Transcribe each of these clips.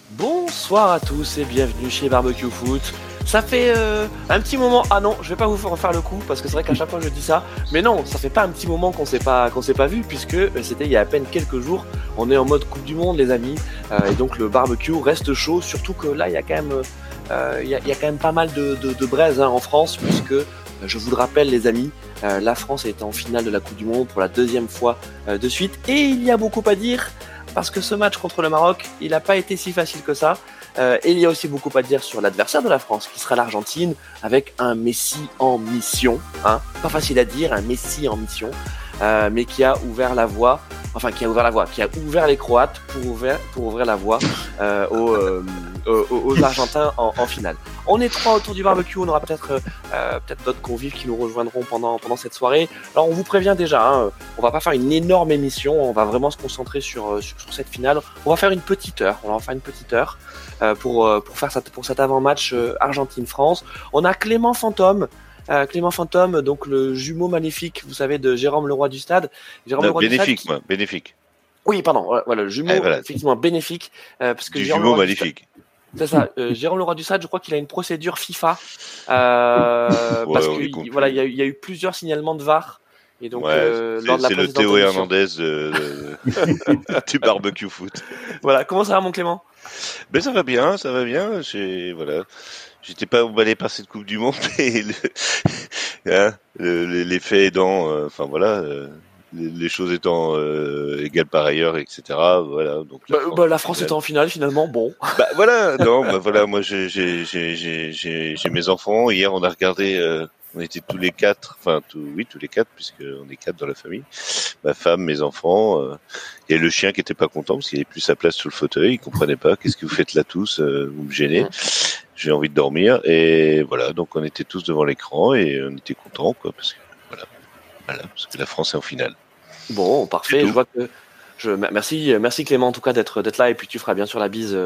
Bonsoir à tous et bienvenue chez Barbecue Foot. Ça fait un petit moment. Ah non, je vais pas vous refaire le coup parce que c'est vrai qu'à chaque fois je dis ça. Mais non, ça fait pas un petit moment qu'on s'est pas vu puisque c'était il y a à peine quelques jours. On est en mode Coupe du Monde, les amis, et donc le barbecue reste chaud. Surtout que là, il y a quand même, il y a quand même pas mal de braises en France puisque je vous le rappelle, les amis, la France est en finale de la Coupe du Monde pour la deuxième fois de suite et il y a beaucoup à dire. Parce que ce match contre le Maroc, il n'a pas été si facile que ça. Et il y a aussi beaucoup à dire sur l'adversaire de la France, qui sera l'Argentine, avec un Messi en mission. Pas facile à dire, un Messi en mission, mais qui a ouvert la voie, qui a ouvert les Croates pour ouvrir la voie aux Argentins en finale. On est trois autour du barbecue, on aura peut-être d'autres convives qui nous rejoindront pendant cette soirée. Alors on vous prévient déjà, on va pas faire une énorme émission, on va vraiment se concentrer sur cette finale. On va faire une petite heure, pour cet avant-match Argentine-France. On a Clément Fantôme, donc le jumeau maléfique, vous savez, de Jérôme Leroy du Stade. Bénéfique. Oui, pardon, voilà, le jumeau, effectivement, bénéfique. Parce que du jumeau maléfique. C'est ça, Jérôme Leroy du Stade, je crois qu'il a une procédure FIFA, parce que voilà, il y a eu plusieurs signalements de VAR. Et donc, lors de la c'est le Théo Hernandez du barbecue foot. Voilà, comment ça va, mon Clément? Ben ça va bien. J'étais pas emballé par cette Coupe du Monde, mais les faits aidant, les choses étant égales par ailleurs, etc. Voilà. Donc la France était en finale finalement. Bon. Moi j'ai mes enfants. Hier on a regardé. On était tous les quatre, tous les quatre, puisqu'on est quatre dans la famille. Ma femme, mes enfants, et le chien qui était pas content parce qu'il avait plus sa place sous le fauteuil. Il comprenait pas. Qu'est-ce que vous faites là tous? Vous me gênez. J'ai envie de dormir. Et voilà, donc on était tous devant l'écran et on était contents, quoi, parce que la France est en finale. Bon, parfait. Je vois que merci Clément en tout cas d'être là, et puis tu feras bien sûr la bise.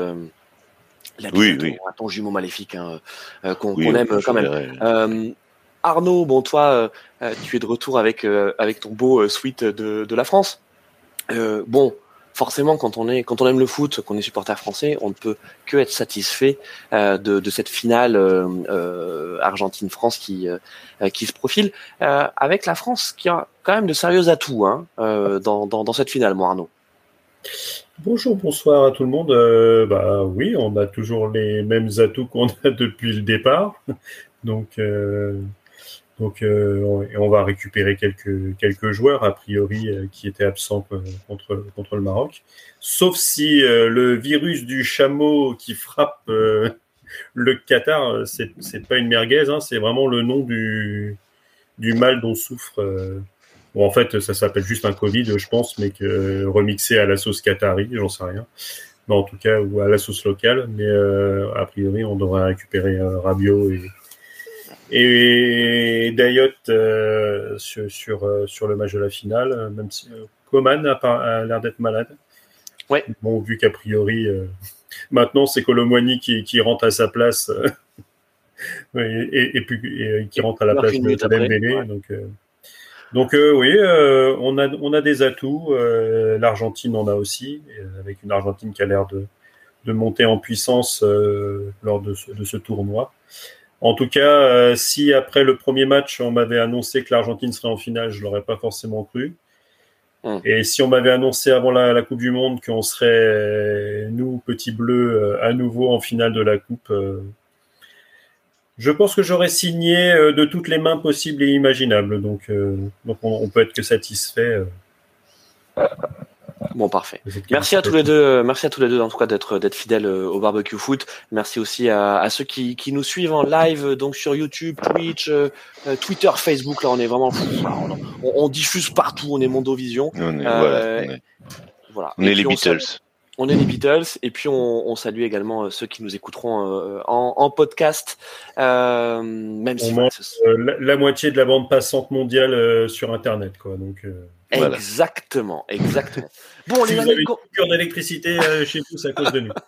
À ton jumeau maléfique, qu'on aime quand même. Arnaud, bon, toi, tu es de retour avec ton beau sweat de la France. Bon, forcément, quand on aime le foot, qu'on est supporter français, on ne peut que être satisfait de cette finale Argentine-France qui se profile, avec la France qui a quand même de sérieux atouts dans cette finale, moi, Arnaud. Bonjour, bonsoir à tout le monde. Oui, on a toujours les mêmes atouts qu'on a depuis le départ. Donc, on va récupérer quelques joueurs a priori qui étaient absents contre le Maroc. Sauf si le virus du chameau qui frappe le Qatar, c'est pas une merguez, c'est vraiment le nom du mal dont souffre. En fait, ça s'appelle juste un Covid, je pense, mais remixé à la sauce qatari, j'en sais rien. Mais en tout cas, ou à la sauce locale. Mais a priori, on devrait récupérer Rabiot et Dayot sur le match de la finale, même si Coman a l'air d'être malade. Ouais. Bon, vu qu'a priori, maintenant, c'est Colomwani qui rentre à sa place et qui rentre à la place de Dembélé. Ouais. Donc oui, on a des atouts. L'Argentine en a aussi, avec une Argentine qui a l'air de monter en puissance lors de ce tournoi. En tout cas, si après le premier match, on m'avait annoncé que l'Argentine serait en finale, je l'aurais pas forcément cru. Et si on m'avait annoncé avant la Coupe du Monde qu'on serait, nous, petits bleus, à nouveau en finale de la Coupe, je pense que j'aurais signé de toutes les mains possibles et imaginables. Donc on peut être que satisfait. Bon, parfait. Merci à tous les deux en tout cas d'être fidèles au barbecue foot. Merci aussi à ceux qui nous suivent en live, donc sur YouTube, Twitch, Twitter, Facebook. Là, on est vraiment, on diffuse partout. On est Mondovision. On est les Beatles. On est les Beatles, et puis on salue également ceux qui nous écouteront en podcast. Même si la moitié de la bande passante mondiale sur Internet, quoi. Donc. Exactement. Bon, si vous avez une coupure d'électricité chez vous, c'est à cause de nous.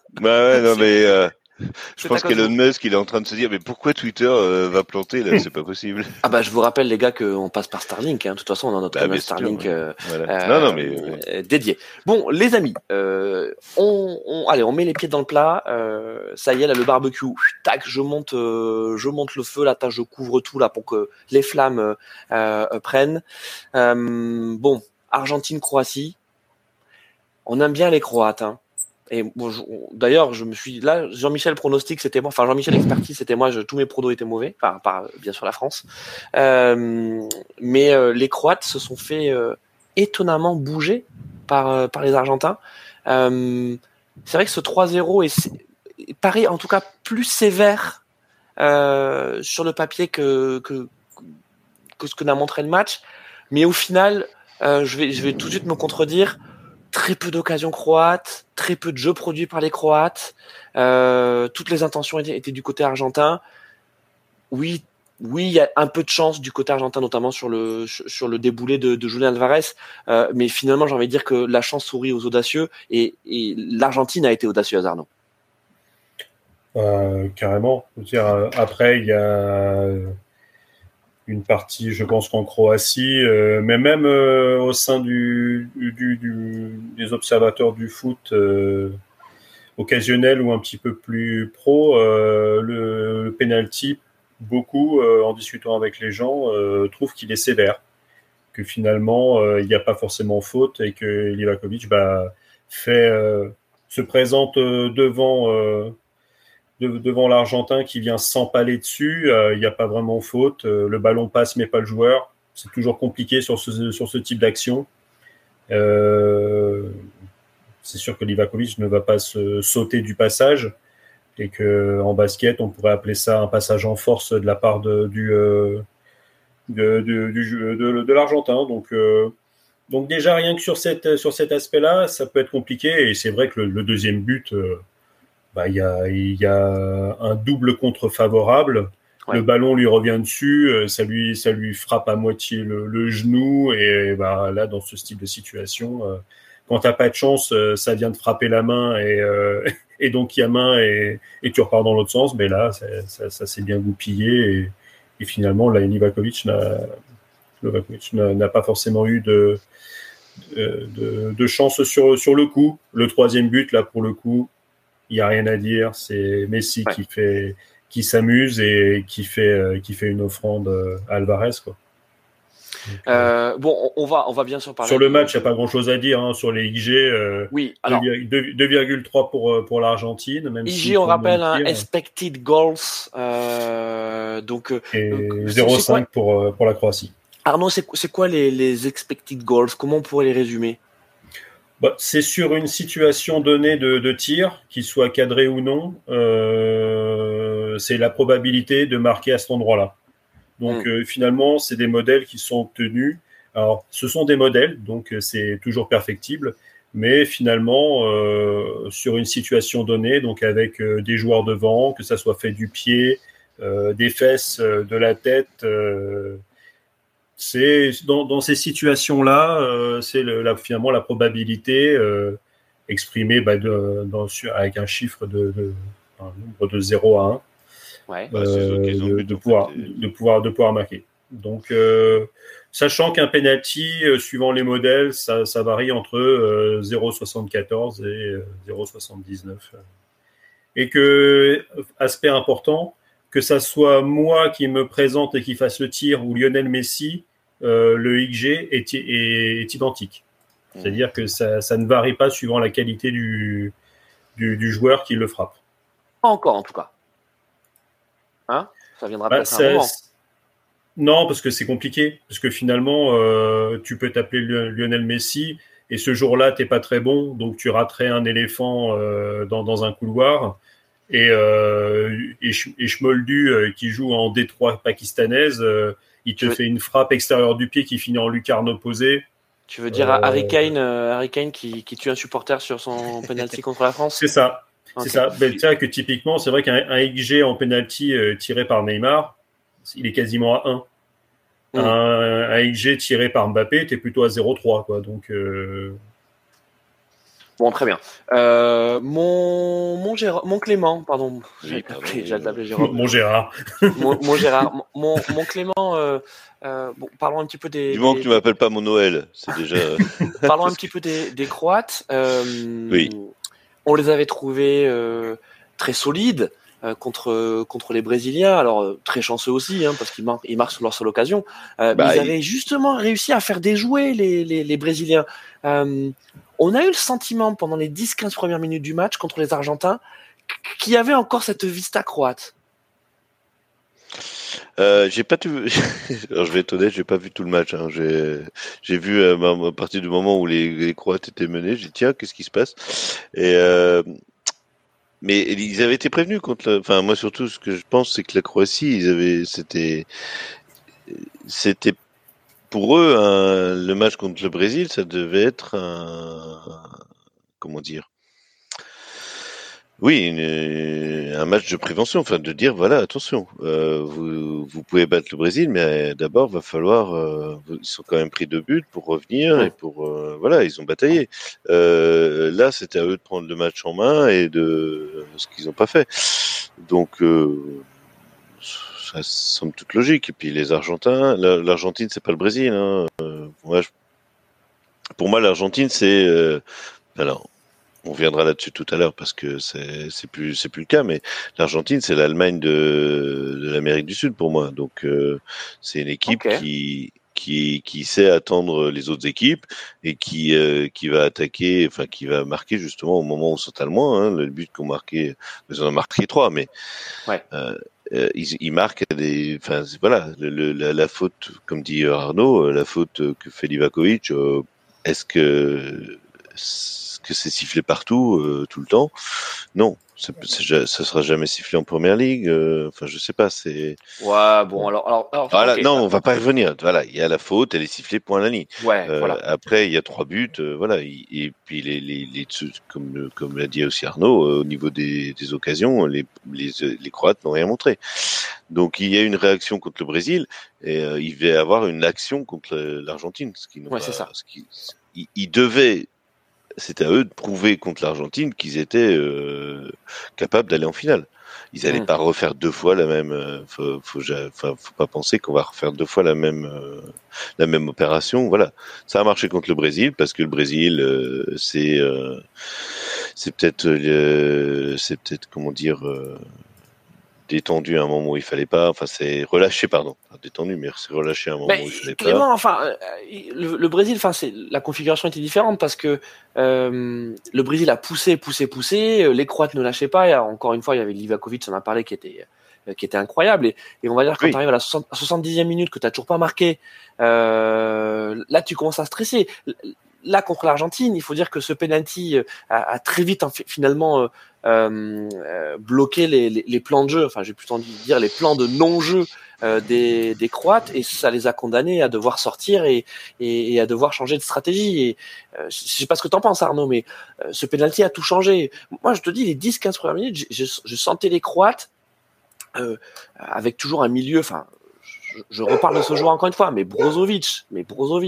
Je pense qu'Elon Musk, il est en train de se dire, mais pourquoi Twitter va planter là? C'est pas possible. Je vous rappelle, les gars, qu'on passe par Starlink. De toute façon, on a notre Starlink dédié. Bon, les amis, on on met les pieds dans le plat. Ça y est, là, le barbecue. Tac, je monte le feu. Là, je couvre tout là pour que les flammes prennent. Bon, Argentine-Croatie. On aime bien les Croates. Hein. Et bon, d'ailleurs, je me suis là. Jean-Michel pronostic, c'était moi. Enfin, Jean-Michel expertise, c'était moi. Tous mes pronos étaient mauvais. Enfin, par bien sûr la France. Mais les Croates se sont fait étonnamment bouger par les Argentins. C'est vrai que ce 3-0 paraît en tout cas plus sévère sur le papier que ce que n'a montré le match. Mais au final, je vais tout de suite me contredire. Très peu d'occasions croates, très peu de jeux produits par les Croates. Toutes les intentions étaient du côté argentin. Oui, il y a un peu de chance du côté argentin, notamment sur le déboulé de Julián Álvarez. Mais finalement, j'ai envie de dire que la chance sourit aux audacieux et l'Argentine a été audacieuse, Arnaud. Carrément. Je veux dire, après, il y a une partie, je pense qu'en Croatie, mais même au sein des observateurs du foot occasionnel ou un petit peu plus pro, le penalty, beaucoup, en discutant avec les gens, trouvent qu'il est sévère, que finalement, il n'y a pas forcément faute et que Livakovic se présente devant l'Argentin qui vient s'empaler dessus, il n'y a pas vraiment faute, le ballon passe mais pas le joueur, c'est toujours compliqué sur ce type d'action. C'est sûr que Livakovic ne va pas se sauter du passage et qu'en basket, on pourrait appeler ça un passage en force de la part de l'Argentin. Donc déjà, rien que sur cet aspect-là, ça peut être compliqué. Et c'est vrai que le deuxième but, il y a un double contre favorable. Ouais. Le ballon lui revient dessus, ça lui frappe à moitié le genou. Et là, dans ce style de situation, quand t'as pas de chance, ça vient de frapper la main et donc il y a main et tu repars dans l'autre sens. Mais là, ça s'est bien goupillé et finalement, là, Livakovic n'a pas forcément eu de chance sur le coup. Le troisième but, là, pour le coup, il y a rien à dire. C'est Messi qui s'amuse et qui fait une offrande à Alvarez, quoi. Bon, on va bien sûr parler. Sur le match, il n'y a pas grand-chose à dire. Hein, sur les IG, oui, alors 2,3 pour l'Argentine. Même IG, on rappelle, expected goals. Et 0,5 pour la Croatie. Arnaud, c'est quoi les expected goals? Comment on pourrait les résumer? C'est sur une situation donnée de tir, qu'il soit cadré ou non, c'est la probabilité de marquer à cet endroit-là. Donc finalement, c'est des modèles qui sont obtenus. Alors, ce sont des modèles, donc c'est toujours perfectible, mais finalement, sur une situation donnée, donc avec des joueurs devant, que ça soit fait du pied, des fesses, de la tête, c'est dans ces situations-là, c'est finalement la probabilité exprimée avec un chiffre un nombre de 0 à 1. Ouais. De pouvoir marquer. Donc, sachant qu'un penalty, suivant les modèles, ça varie entre 0,74 et 0,79. Et que, aspect important, que ça soit moi qui me présente et qui fasse le tir ou Lionel Messi, le XG est identique. C'est-à-dire que ça ne varie pas suivant la qualité du joueur qui le frappe. Pas encore, en tout cas. Hein, ça viendra peut-être un moment. Non, parce que c'est compliqué. Parce que finalement, tu peux t'appeler Lionel Messi et ce jour-là, t'es pas très bon, donc tu raterais un éléphant dans un couloir. Et Shmoldu, qui joue en Détroit pakistanaise, il te fait une frappe extérieure du pied qui finit en lucarne opposée. Tu veux dire Harry Kane qui tue un supporter sur son penalty contre la France? C'est ça. Okay. C'est ça. Tu sais que typiquement, c'est vrai qu'un XG en penalty tiré par Neymar, il est quasiment à 1. Un XG tiré par Mbappé, t'es plutôt à 0,3, quoi. Donc, Bon, très bien. Mon Clément, pardon. J'ai appelé Jérôme. Mon Gérard. Mon Gérard. Mon Clément. Bon, parlons un petit peu des. Du moment que tu m'appelles pas mon Noël, c'est déjà. Parlons un petit peu des Croates. Oui. on les avait trouvés très solides contre les Brésiliens. Alors très chanceux aussi, parce qu'ils marquent sur leur seule occasion. Mais ils avaient justement réussi à faire déjouer les Brésiliens. On a eu le sentiment pendant les 10-15 premières minutes du match contre les Argentins qu'il y avait encore cette vista croate. J'ai pas tout. Alors, je vais être honnête, j'ai pas vu tout le match. J'ai vu à partir du moment où les Croates étaient menés, j'ai dit tiens, qu'est-ce qui se passe? Mais ils avaient été prévenus contre. Enfin, moi surtout, ce que je pense, c'est que la Croatie, c'était pour eux le match contre le Brésil, ça devait être comment dire? Oui, un match de prévention, enfin de dire voilà, attention, vous pouvez battre le Brésil, mais d'abord va falloir, ils sont quand même pris 2 buts pour revenir et pour voilà, ils ont bataillé. Là, c'était à eux de prendre le match en main et de ce qu'ils n'ont pas fait. Donc ça semble toute logique. Et puis les Argentins, l'Argentine, c'est pas le Brésil. Pour moi, l'Argentine, c'est alors. On reviendra là-dessus tout à l'heure parce que c'est plus le cas, mais l'Argentine c'est l'Allemagne de l'Amérique du Sud pour moi. Donc c'est une équipe qui sait attendre les autres équipes et qui va attaquer, enfin qui va marquer justement au moment où sont le moins. Le but qu'on marquait, ils en ont marqué 3, mais ils marquent enfin voilà, la faute, comme dit Arnaud, la faute que fait Livakovic. Est-ce que c'est sifflé partout tout le temps? Non, ça sera jamais sifflé en première ligue. Enfin, je sais pas. C'est. Ouais, bon, alors voilà, okay, non, on va pas y revenir. Voilà, il y a la faute, elle est sifflée point à la ligne. Ouais, voilà. Après, il y a 3 buts. Voilà, et puis les comme l'a dit aussi Arnaud, au niveau des occasions, les Croates n'ont rien montré. Donc il y a une réaction contre le Brésil et il va y avoir une action contre l'Argentine, ce qui n'ont pas. C'est ça. Ils devaient. C'était à eux de prouver contre l'Argentine qu'ils étaient capables d'aller en finale. Ils n'allaient pas refaire 2 fois la même. Faut pas penser qu'on va refaire 2 fois la même opération. Voilà, ça a marché contre le Brésil parce que le Brésil, c'est peut-être comment dire. Détendu à un moment où il fallait pas, enfin c'est relâché, pardon, pas détendu, mais c'est relâché à un moment où il fallait Clément, pas. Enfin, le Brésil, enfin la configuration était différente parce que le Brésil a poussé, les Croates ne lâchaient pas. Et encore une fois, il y avait Livakovic, on en a parlé, qui était incroyable. Et on va dire quand tu arrives à la 70e minute que tu n'as toujours pas marqué, là tu commences à stresser. Là contre l'Argentine, il faut dire que ce penalty a très vite finalement bloqué les plans de jeu. Enfin, j'ai plutôt envie de dire les plans de non-jeu des Croates, et ça les a condamnés à devoir sortir et à devoir changer de stratégie. Et je sais pas ce que t'en penses, Arnaud, mais ce penalty a tout changé. Moi, je te dis, les 10-15 premières minutes, je sentais les Croates avec toujours un milieu. Enfin, je reparle de ce joueur encore une fois, mais Brozovic, mais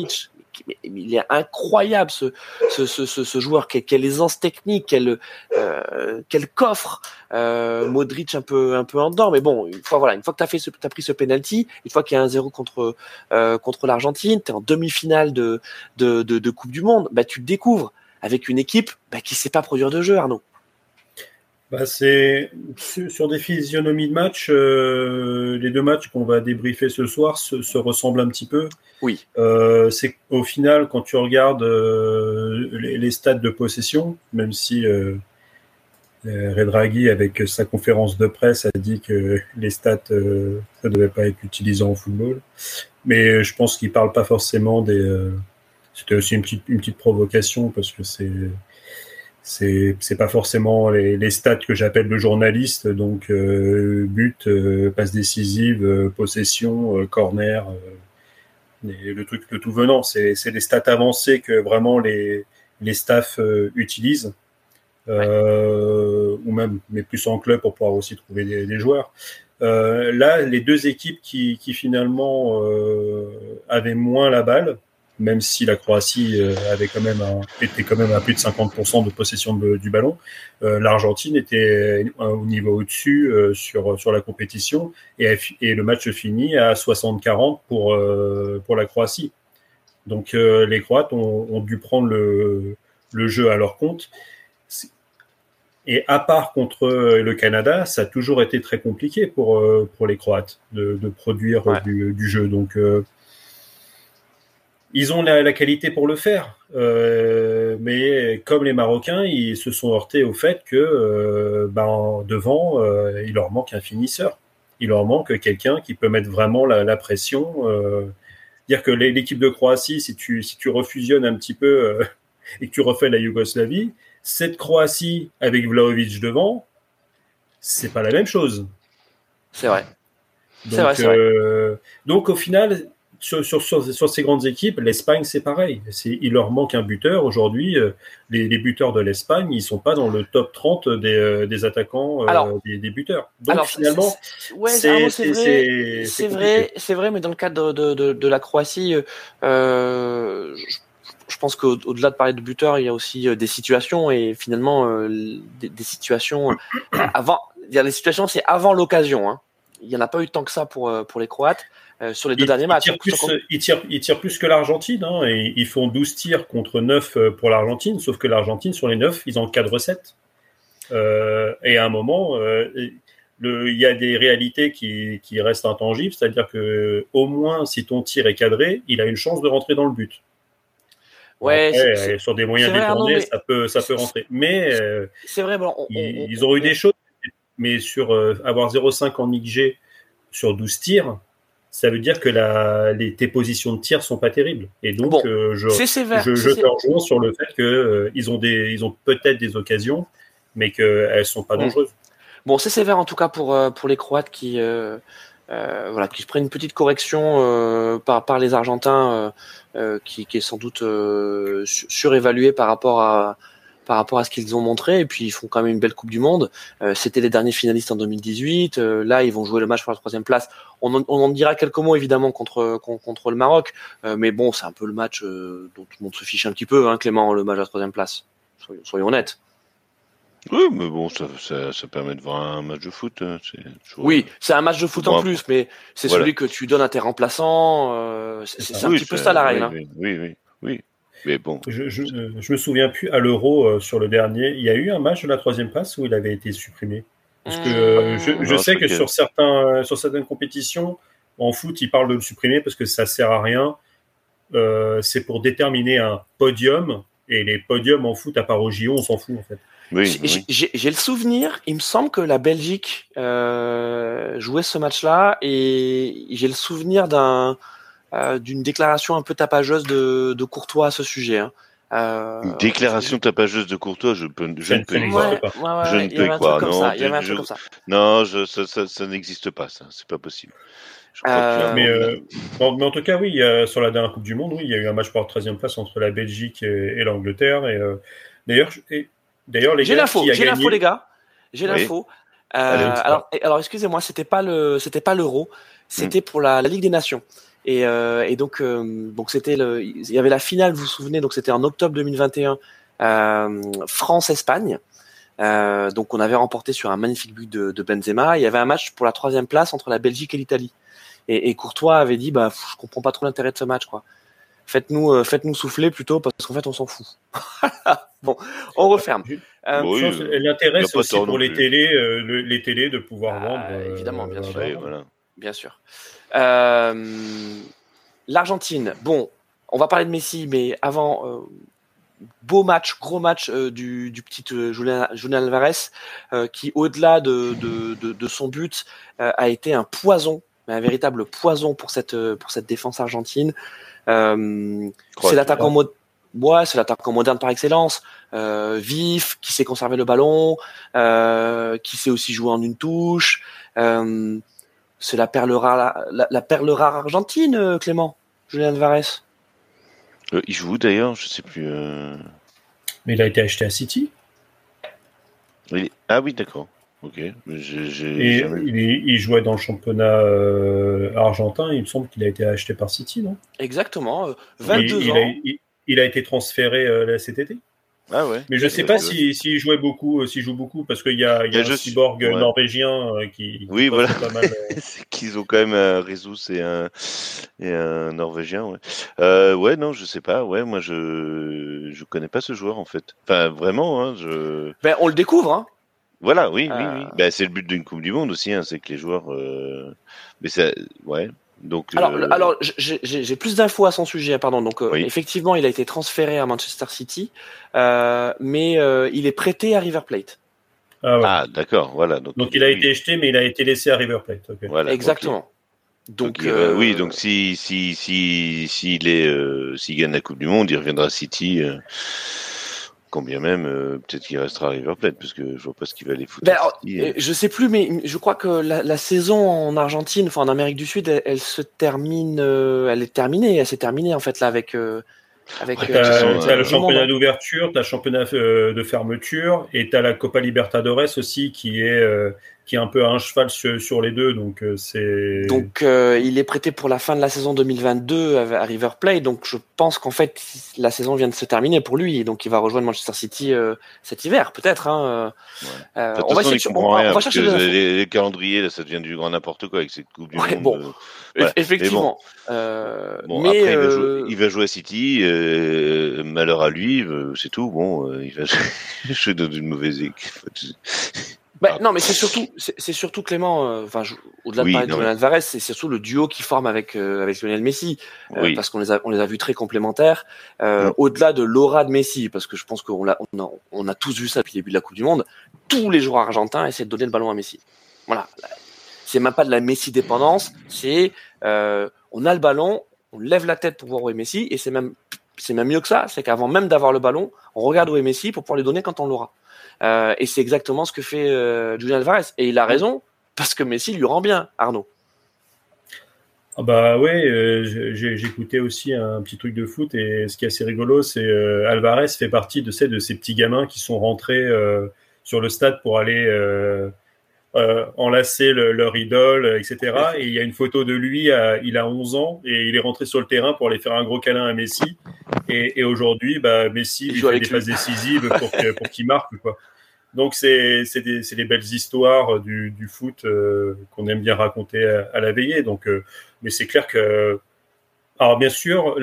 il est incroyable ce joueur, quelle aisance technique, quel coffre. Modric un peu en dedans, mais bon, une fois que t'as pris ce penalty, une fois qu'il y a 1-0 contre l'Argentine, t'es en demi-finale de Coupe du Monde, bah tu te découvres avec une équipe qui sait pas produire de jeu, Arnaud. C'est sur des physionomies de match, les 2 matchs qu'on va débriefer ce soir se ressemblent un petit peu. Oui. C'est au final, quand tu regardes les stats de possession, même si Redraghi, avec sa conférence de presse, a dit que les stats, ça devait pas être utilisé en football. Mais je pense qu'il parle pas forcément des. C'était aussi une petite provocation parce que c'est pas forcément les stats que j'appelle de journaliste, donc but, passe décisive, possession, corner, le truc de tout venant. C'est des stats avancées que vraiment les staffs utilisent, ou même, mais plus en club pour pouvoir aussi trouver des joueurs. Là, les 2 équipes qui finalement avaient moins la balle, même si la Croatie était quand même à plus de 50% de possession du ballon, l'Argentine était au niveau au-dessus sur la compétition, et le match finit à 60-40 pour la Croatie. Donc les Croates ont dû prendre le jeu à leur compte. Et à part contre le Canada, ça a toujours été très compliqué pour les Croates de produire du jeu. Donc, ils ont la qualité pour le faire. Mais comme les Marocains, ils se sont heurtés au fait que devant, il leur manque un finisseur. Il leur manque quelqu'un qui peut mettre vraiment la pression. Dire que l'équipe de Croatie, si tu refusionnes un petit peu et que tu refais la Yougoslavie, cette Croatie avec Vlahovic devant, c'est pas la même chose. C'est vrai. Donc, c'est vrai. Donc au final, sur ces grandes équipes, l'Espagne c'est pareil. Il leur manque un buteur. Aujourd'hui, les buteurs de l'Espagne, ils sont pas dans le top 30 des attaquants, des buteurs. Donc finalement, c'est vrai, mais dans le cadre de la Croatie, je pense qu'au-delà de parler de buteurs, il y a aussi des situations et finalement des situations avant. Les situations, c'est avant l'occasion. Hein. Il y en a pas eu tant que ça pour les Croates sur les deux derniers matchs. Ils tirent plus que l'Argentine. Hein, et ils font 12 tirs contre 9 pour l'Argentine, sauf que l'Argentine, sur les 9, ils en cadrent 7. Et à un moment, il y a des réalités qui restent intangibles, c'est-à-dire que au moins, si ton tir est cadré, il a une chance de rentrer dans le but. Ouais, après, sur des moyens détournés, ça peut rentrer. Mais c'est vrai, ils ont eu des choses, mais sur avoir 0,5 en XG sur 12 tirs, ça veut dire que tes positions de tir sont pas terribles. Et donc, je te rejoins sur le fait qu'ils ont peut-être des occasions, mais qu'elles sont pas dangereuses. Bon, c'est sévère en tout cas pour les Croates qui se prennent une petite correction par les Argentins, qui est sans doute surévalué par rapport à ce qu'ils ont montré, et puis ils font quand même une belle Coupe du Monde. C'était les derniers finalistes en 2018. Là, ils vont jouer le match pour la 3e place. On en dira quelques mots évidemment contre le Maroc, mais bon, c'est un peu le match dont tout le monde se fiche un petit peu, hein, Clément, le match à la 3e place. Soyons honnêtes. Oui, mais bon, ça permet de voir un match de foot. Oui, c'est un match de foot en plus, mais c'est celui que tu donnes à tes remplaçants. C'est un petit peu ça la règle. Oui. Mais bon. Je me souviens plus, à l'Euro, sur le dernier, il y a eu un match de la 3e place où il avait été supprimé. Parce que je sais que sur certaines compétitions, en foot, ils parlent de le supprimer parce que ça sert à rien. C'est pour déterminer un podium. Et les podiums en foot, à part au JO, on s'en fout en fait. Oui. J'ai le souvenir, il me semble que la Belgique jouait ce match-là, et j'ai le souvenir d'une déclaration un peu tapageuse de Courtois à ce sujet. Hein. Une déclaration tapageuse de Courtois, je ne peux y croire. Je ne peux y croire. Non, il y avait un truc comme ça. Non, ça n'existe pas, ça. C'est pas possible. Mais en tout cas, oui, sur la dernière Coupe du Monde, oui, il y a eu un match pour la 13e place entre la Belgique et l'Angleterre. Et d'ailleurs, les j'ai gars, l'info, les gars. J'ai l'info. Alors, excusez-moi, c'était pas l'Euro, c'était pour la Ligue des Nations. Et donc c'était il y avait la finale, vous vous souvenez, donc c'était en octobre 2021, France-Espagne. Donc on avait remporté sur un magnifique but de Benzema. Il y avait un match pour la 3e place entre la Belgique et l'Italie. Et Courtois avait dit, je comprends pas trop l'intérêt de ce match, quoi. Faites-nous souffler plutôt, parce qu'en fait on s'en fout. Bon, on referme. L'intérêt c'est aussi pour les télés de pouvoir vendre. Évidemment, bien sûr. Voilà. Bien sûr. L'Argentine. Bon, on va parler de Messi, mais avant. Gros match du petit Julián Álvarez, qui au-delà de son but a été un poison, un véritable poison pour cette défense argentine. C'est l'attaquant moderne par excellence, vif, qui sait conserver le ballon, qui sait aussi jouer en une touche. C'est la perle rare argentine, Clément, Julián Álvarez. Il joue d'ailleurs, je sais plus. Mais il a été acheté à City. Ah oui, d'accord. Ok. Il jouait dans le championnat argentin. Il me semble qu'il a été acheté par City, non ? Exactement. 22 ans. Il a été transféré cet été. Ah ouais. Mais je sais pas s'il jouait beaucoup, s'il joue beaucoup, parce qu'il y a un cyborg norvégien qui voilà. Pas mal. C'est qu'ils ont quand même un Rezus et un norvégien. Ouais. Non, je sais pas. Ouais, moi je connais pas ce joueur en fait. Enfin, vraiment. Hein, on le découvre. Hein. Voilà, oui. Ben, c'est le but d'une Coupe du Monde aussi, hein, c'est que les joueurs. Mais ça, ouais. Donc. Alors j'ai plus d'infos à son sujet, pardon. Donc effectivement, il a été transféré à Manchester City, mais il est prêté à River Plate. Ah, d'accord, voilà. Donc il a été jeté, mais il a été laissé à River Plate. Okay. Voilà, exactement. Okay. Donc oui, donc s'il gagne la Coupe du Monde, il reviendra à City. Quand bien même, peut-être qu'il restera à River Plate, parce que je vois pas ce qu'il va aller foutre. Je sais plus, mais je crois que la saison en Argentine, enfin en Amérique du Sud, elle se termine, elle est terminée, elle s'est terminée en fait là avec t'as le championnat d'ouverture, t'as le championnat de fermeture, et t'as la Copa Libertadores aussi qui est un peu un cheval sur les deux, donc c'est. Donc il est prêté pour la fin de la saison 2022 à River Plate, donc je pense qu'en fait la saison vient de se terminer pour lui, donc il va rejoindre Manchester City cet hiver peut-être. Hein. On va chercher les calendriers, là, ça devient du grand n'importe quoi avec cette Coupe du Monde. Bon. Voilà. Effectivement. Mais après, il va jouer à City. Malheur à lui, c'est tout. Bon, il va jouer dans une mauvaise équipe. Non, mais c'est surtout Clément. Au-delà de parler de Julian Alvarez, c'est surtout le duo qui forme avec Lionel Messi, parce qu'on les a vus très complémentaires. Au-delà de l'aura de Messi, parce que je pense qu'on a tous vu ça depuis le début de la Coupe du Monde. Tous les joueurs argentins essaient de donner le ballon à Messi. Voilà. C'est même pas de la Messi dépendance. C'est on a le ballon, on lève la tête pour voir où est Messi, et c'est même mieux que ça. C'est qu'avant même d'avoir le ballon, on regarde où est Messi pour pouvoir lui donner quand on l'aura. Et c'est exactement ce que fait Julian Alvarez. Et il a raison, parce que Messi lui rend bien, Arnaud. Ah bah ouais, j'écoutais aussi un petit truc de foot, et ce qui est assez rigolo, c'est Alvarez fait partie de ces petits gamins qui sont rentrés sur le stade pour aller enlacer leur idole, etc. Et il y a une photo de lui, il a 11 ans, et il est rentré sur le terrain pour aller faire un gros câlin à Messi. Et aujourd'hui, Messi lui fait des passes décisives pour qu'il marque, quoi. Donc c'est des belles histoires du foot qu'on aime bien raconter à la veillée. Donc, mais c'est clair que, alors bien sûr,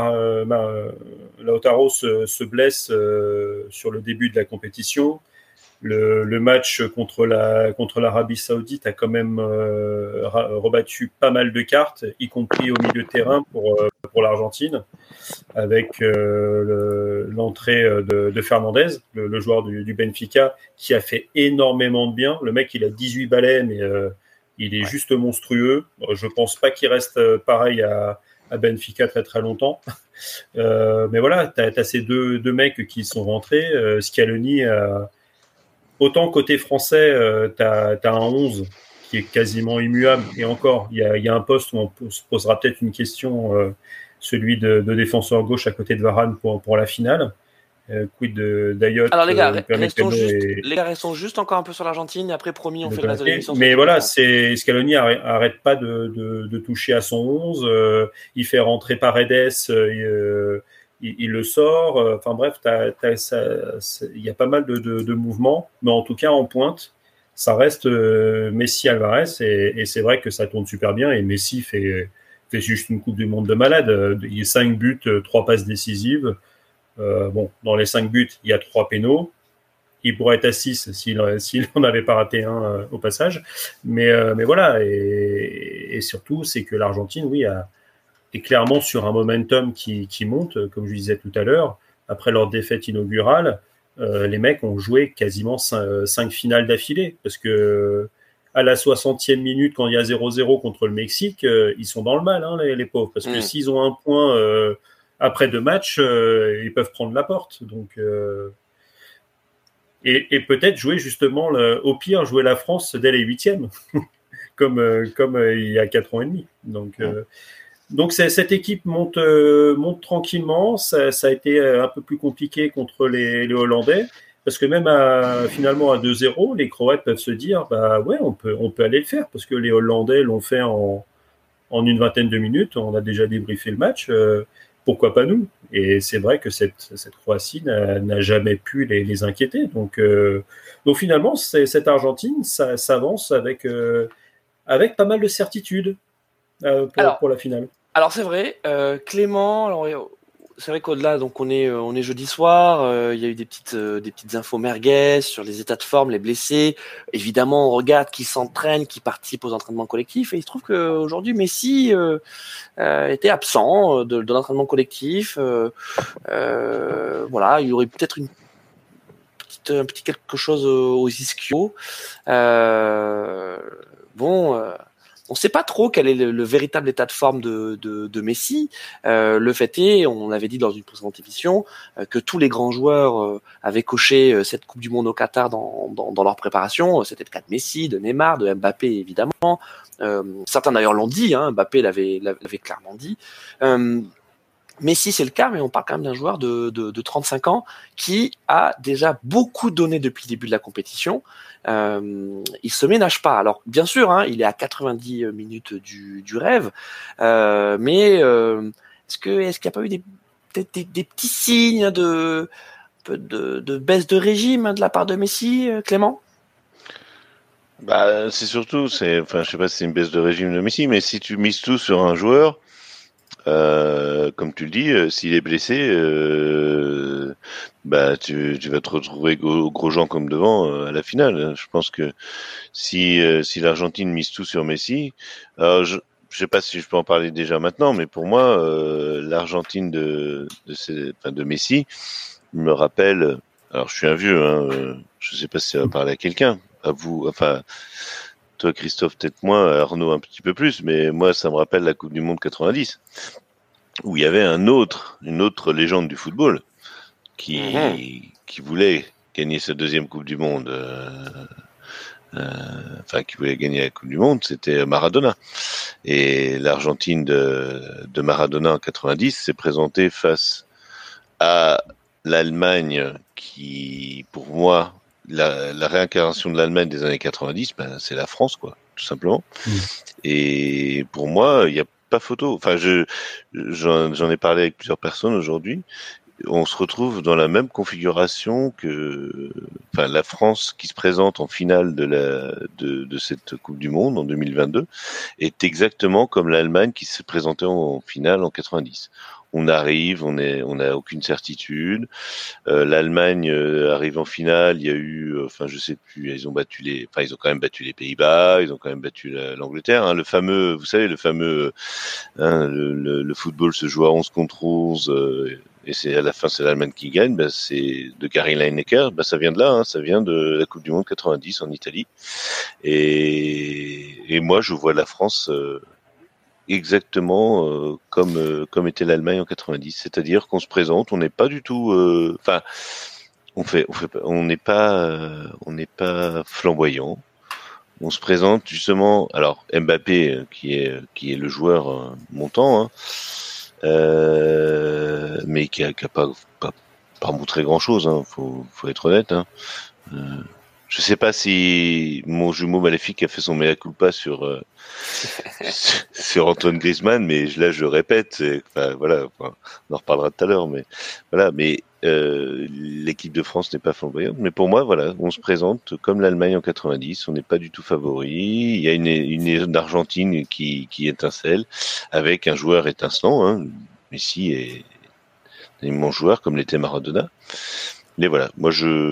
Lautaro se blesse sur le début de la compétition. Le match contre l'Arabie Saoudite a quand même rebattu pas mal de cartes, y compris au milieu de terrain pour l'Argentine, avec l'entrée de Fernandez, le joueur du Benfica, qui a fait énormément de bien. Le mec, il a 18 balais, mais il est juste monstrueux. Je pense pas qu'il reste pareil à Benfica très très longtemps. Mais voilà, t'as ces deux mecs qui sont rentrés. Scaloni autant côté français, t'as un 11 qui est quasiment immuable, et encore, il y a un poste où on se posera peut-être une question, celui de défenseur gauche à côté de Varane pour la finale. Quid d'Ayot. Alors les gars, restons juste encore un peu sur l'Argentine, et après promis on fait le reste de l'émission. Mais voilà, Scaloni arrête pas de toucher à son 11, il fait rentrer Paredes, il le sort, enfin bref, il y a pas mal de mouvements, mais en tout cas en pointe, ça reste Messi, Alvarez, et c'est vrai que ça tourne super bien, et Messi fait juste une Coupe du Monde de malade. Il y a 5 buts, 3 passes décisives. Dans les 5 buts, il y a 3 pénaux. Il pourrait être à 6 s'il n'en avait pas raté un au passage. Mais voilà, et surtout, c'est que l'Argentine, oui, est clairement sur un momentum qui monte, comme je disais tout à l'heure. Après leur défaite inaugurale, les mecs ont joué quasiment 5 finales d'affilée, parce que à la 60e minute, quand il y a 0-0 contre le Mexique, ils sont dans le mal, hein, les pauvres, parce que s'ils ont un point après 2 matchs, ils peuvent prendre la porte. Donc, et peut-être jouer justement, au pire, jouer la France dès les 8e, comme il y a 4 ans et demi. Donc cette équipe monte tranquillement. Ça a été un peu plus compliqué contre les Hollandais, parce que même finalement à 2-0, les Croates peuvent se dire ouais, on peut aller le faire, parce que les Hollandais l'ont fait en une vingtaine de minutes. On a déjà débriefé le match. Pourquoi pas nous? Et c'est vrai que cette Croatie n'a jamais pu les inquiéter. Donc finalement, cette Argentine s'avance avec pas mal de certitude pour la finale. Alors c'est vrai, Clément, c'est vrai qu'au-delà, donc on est jeudi soir. Il y a eu des petites infos merguez sur les états de forme, les blessés. Évidemment, on regarde qui s'entraîne, qui participe aux entraînements collectifs. Et il se trouve qu'aujourd'hui, Messi était absent de l'entraînement collectif. Voilà, il y aurait peut-être un petit quelque chose aux ischios. On ne sait pas trop quel est le véritable état de forme de Messi. Le fait est, on l'avait dit dans une précédente émission, que tous les grands joueurs avaient coché cette Coupe du Monde au Qatar dans leur préparation. C'était le cas de Messi, de Neymar, de Mbappé évidemment. Certains d'ailleurs l'ont dit, hein, Mbappé l'avait clairement dit. Messi, c'est le cas, mais on parle quand même d'un joueur de 35 ans qui a déjà beaucoup donné depuis le début de la compétition. Il se ménage pas. Alors, bien sûr, hein, il est à 90 minutes du rêve, mais est-ce qu'il n'y a pas eu des petits signes de baisse de régime de la part de Messi, Clément? Bah, c'est surtout, je sais pas si c'est une baisse de régime de Messi, mais si tu mises tout sur un joueur, comme tu le dis, s'il est blessé, bah tu vas te retrouver Grosjean comme devant à la finale. Je pense que si l'Argentine mise tout sur Messi, je sais pas si je peux en parler déjà maintenant, mais pour moi, l'Argentine de Messi me rappelle. Alors je suis un vieux, hein, je sais pas si ça va parler à quelqu'un, à vous, enfin. Toi, Christophe, peut-être moins, Arnaud un petit peu plus, mais moi, ça me rappelle la Coupe du Monde 90, où il y avait une autre légende du football qui voulait gagner sa deuxième Coupe du Monde, qui voulait gagner la Coupe du Monde, c'était Maradona. Et l'Argentine de Maradona en 90 s'est présentée face à l'Allemagne qui, pour moi, la réincarnation de l'Allemagne des années 90, c'est la France, quoi, tout simplement. Et pour moi, il n'y a pas photo. Enfin, j'en ai parlé avec plusieurs personnes aujourd'hui. On se retrouve dans la même configuration que, la France qui se présente en finale de cette Coupe du Monde en 2022 est exactement comme l'Allemagne qui se présentait en finale en 90. On arrive, on n'a aucune certitude. L'Allemagne arrive en finale. Il y a eu, je sais plus, ils ont quand même battu les Pays-Bas, ils ont quand même battu l'Angleterre. Hein, vous savez, le football se joue à 11 contre 11, et c'est à la fin c'est l'Allemagne qui gagne. C'est de Gary Lineker. Ça vient de là, hein, ça vient de la Coupe du Monde 90 en Italie. Et moi, je vois la France. Exactement comme était l'Allemagne en 90, c'est-à-dire qu'on se présente, on n'est pas du tout, on n'est pas flamboyant. On se présente justement, alors Mbappé qui est le joueur montant, hein, mais qui a pas montré grand-chose, hein, faut être honnête. Hein. Je sais pas si mon jumeau maléfique a fait son mea culpa sur Antoine Griezmann, mais là je répète, on en reparlera tout à l'heure, mais voilà, l'équipe de France n'est pas flamboyante, mais pour moi, voilà, on se présente comme l'Allemagne en 90, on n'est pas du tout favori, il y a une Argentine qui étincelle, avec un joueur étincelant, hein, Messi est un immense joueur comme l'était Maradona, mais voilà, moi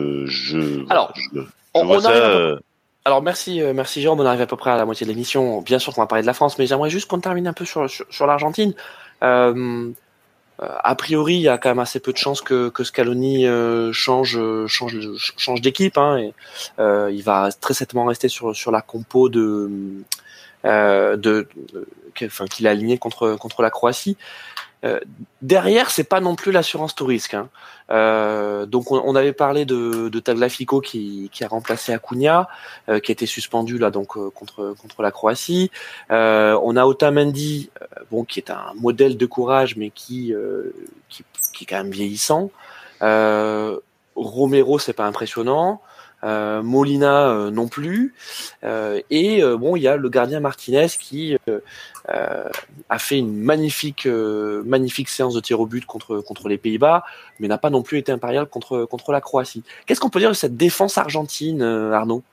Alors merci Jérôme, on arrive à peu près à la moitié de l'émission. Bien sûr qu'on va parler de la France, mais j'aimerais juste qu'on termine un peu sur l'Argentine. A priori, il y a quand même assez peu de chances que Scaloni change d'équipe, hein, et il va très certainement rester sur la compo qu'il a aligné contre la Croatie. Derrière, c'est pas non plus l'assurance tout risque, hein. Donc on avait parlé de Tagliafico qui a remplacé Acuna, qui était suspendu là donc contre la Croatie. On a Otamendi, qui est un modèle de courage, mais qui est quand même vieillissant. Romero, c'est pas impressionnant. Molina non plus, il y a le gardien Martinez qui a fait une magnifique séance de tir au but contre les Pays-Bas, mais n'a pas non plus été impérial contre la Croatie. Qu'est-ce qu'on peut dire de cette défense argentine, Arnaud?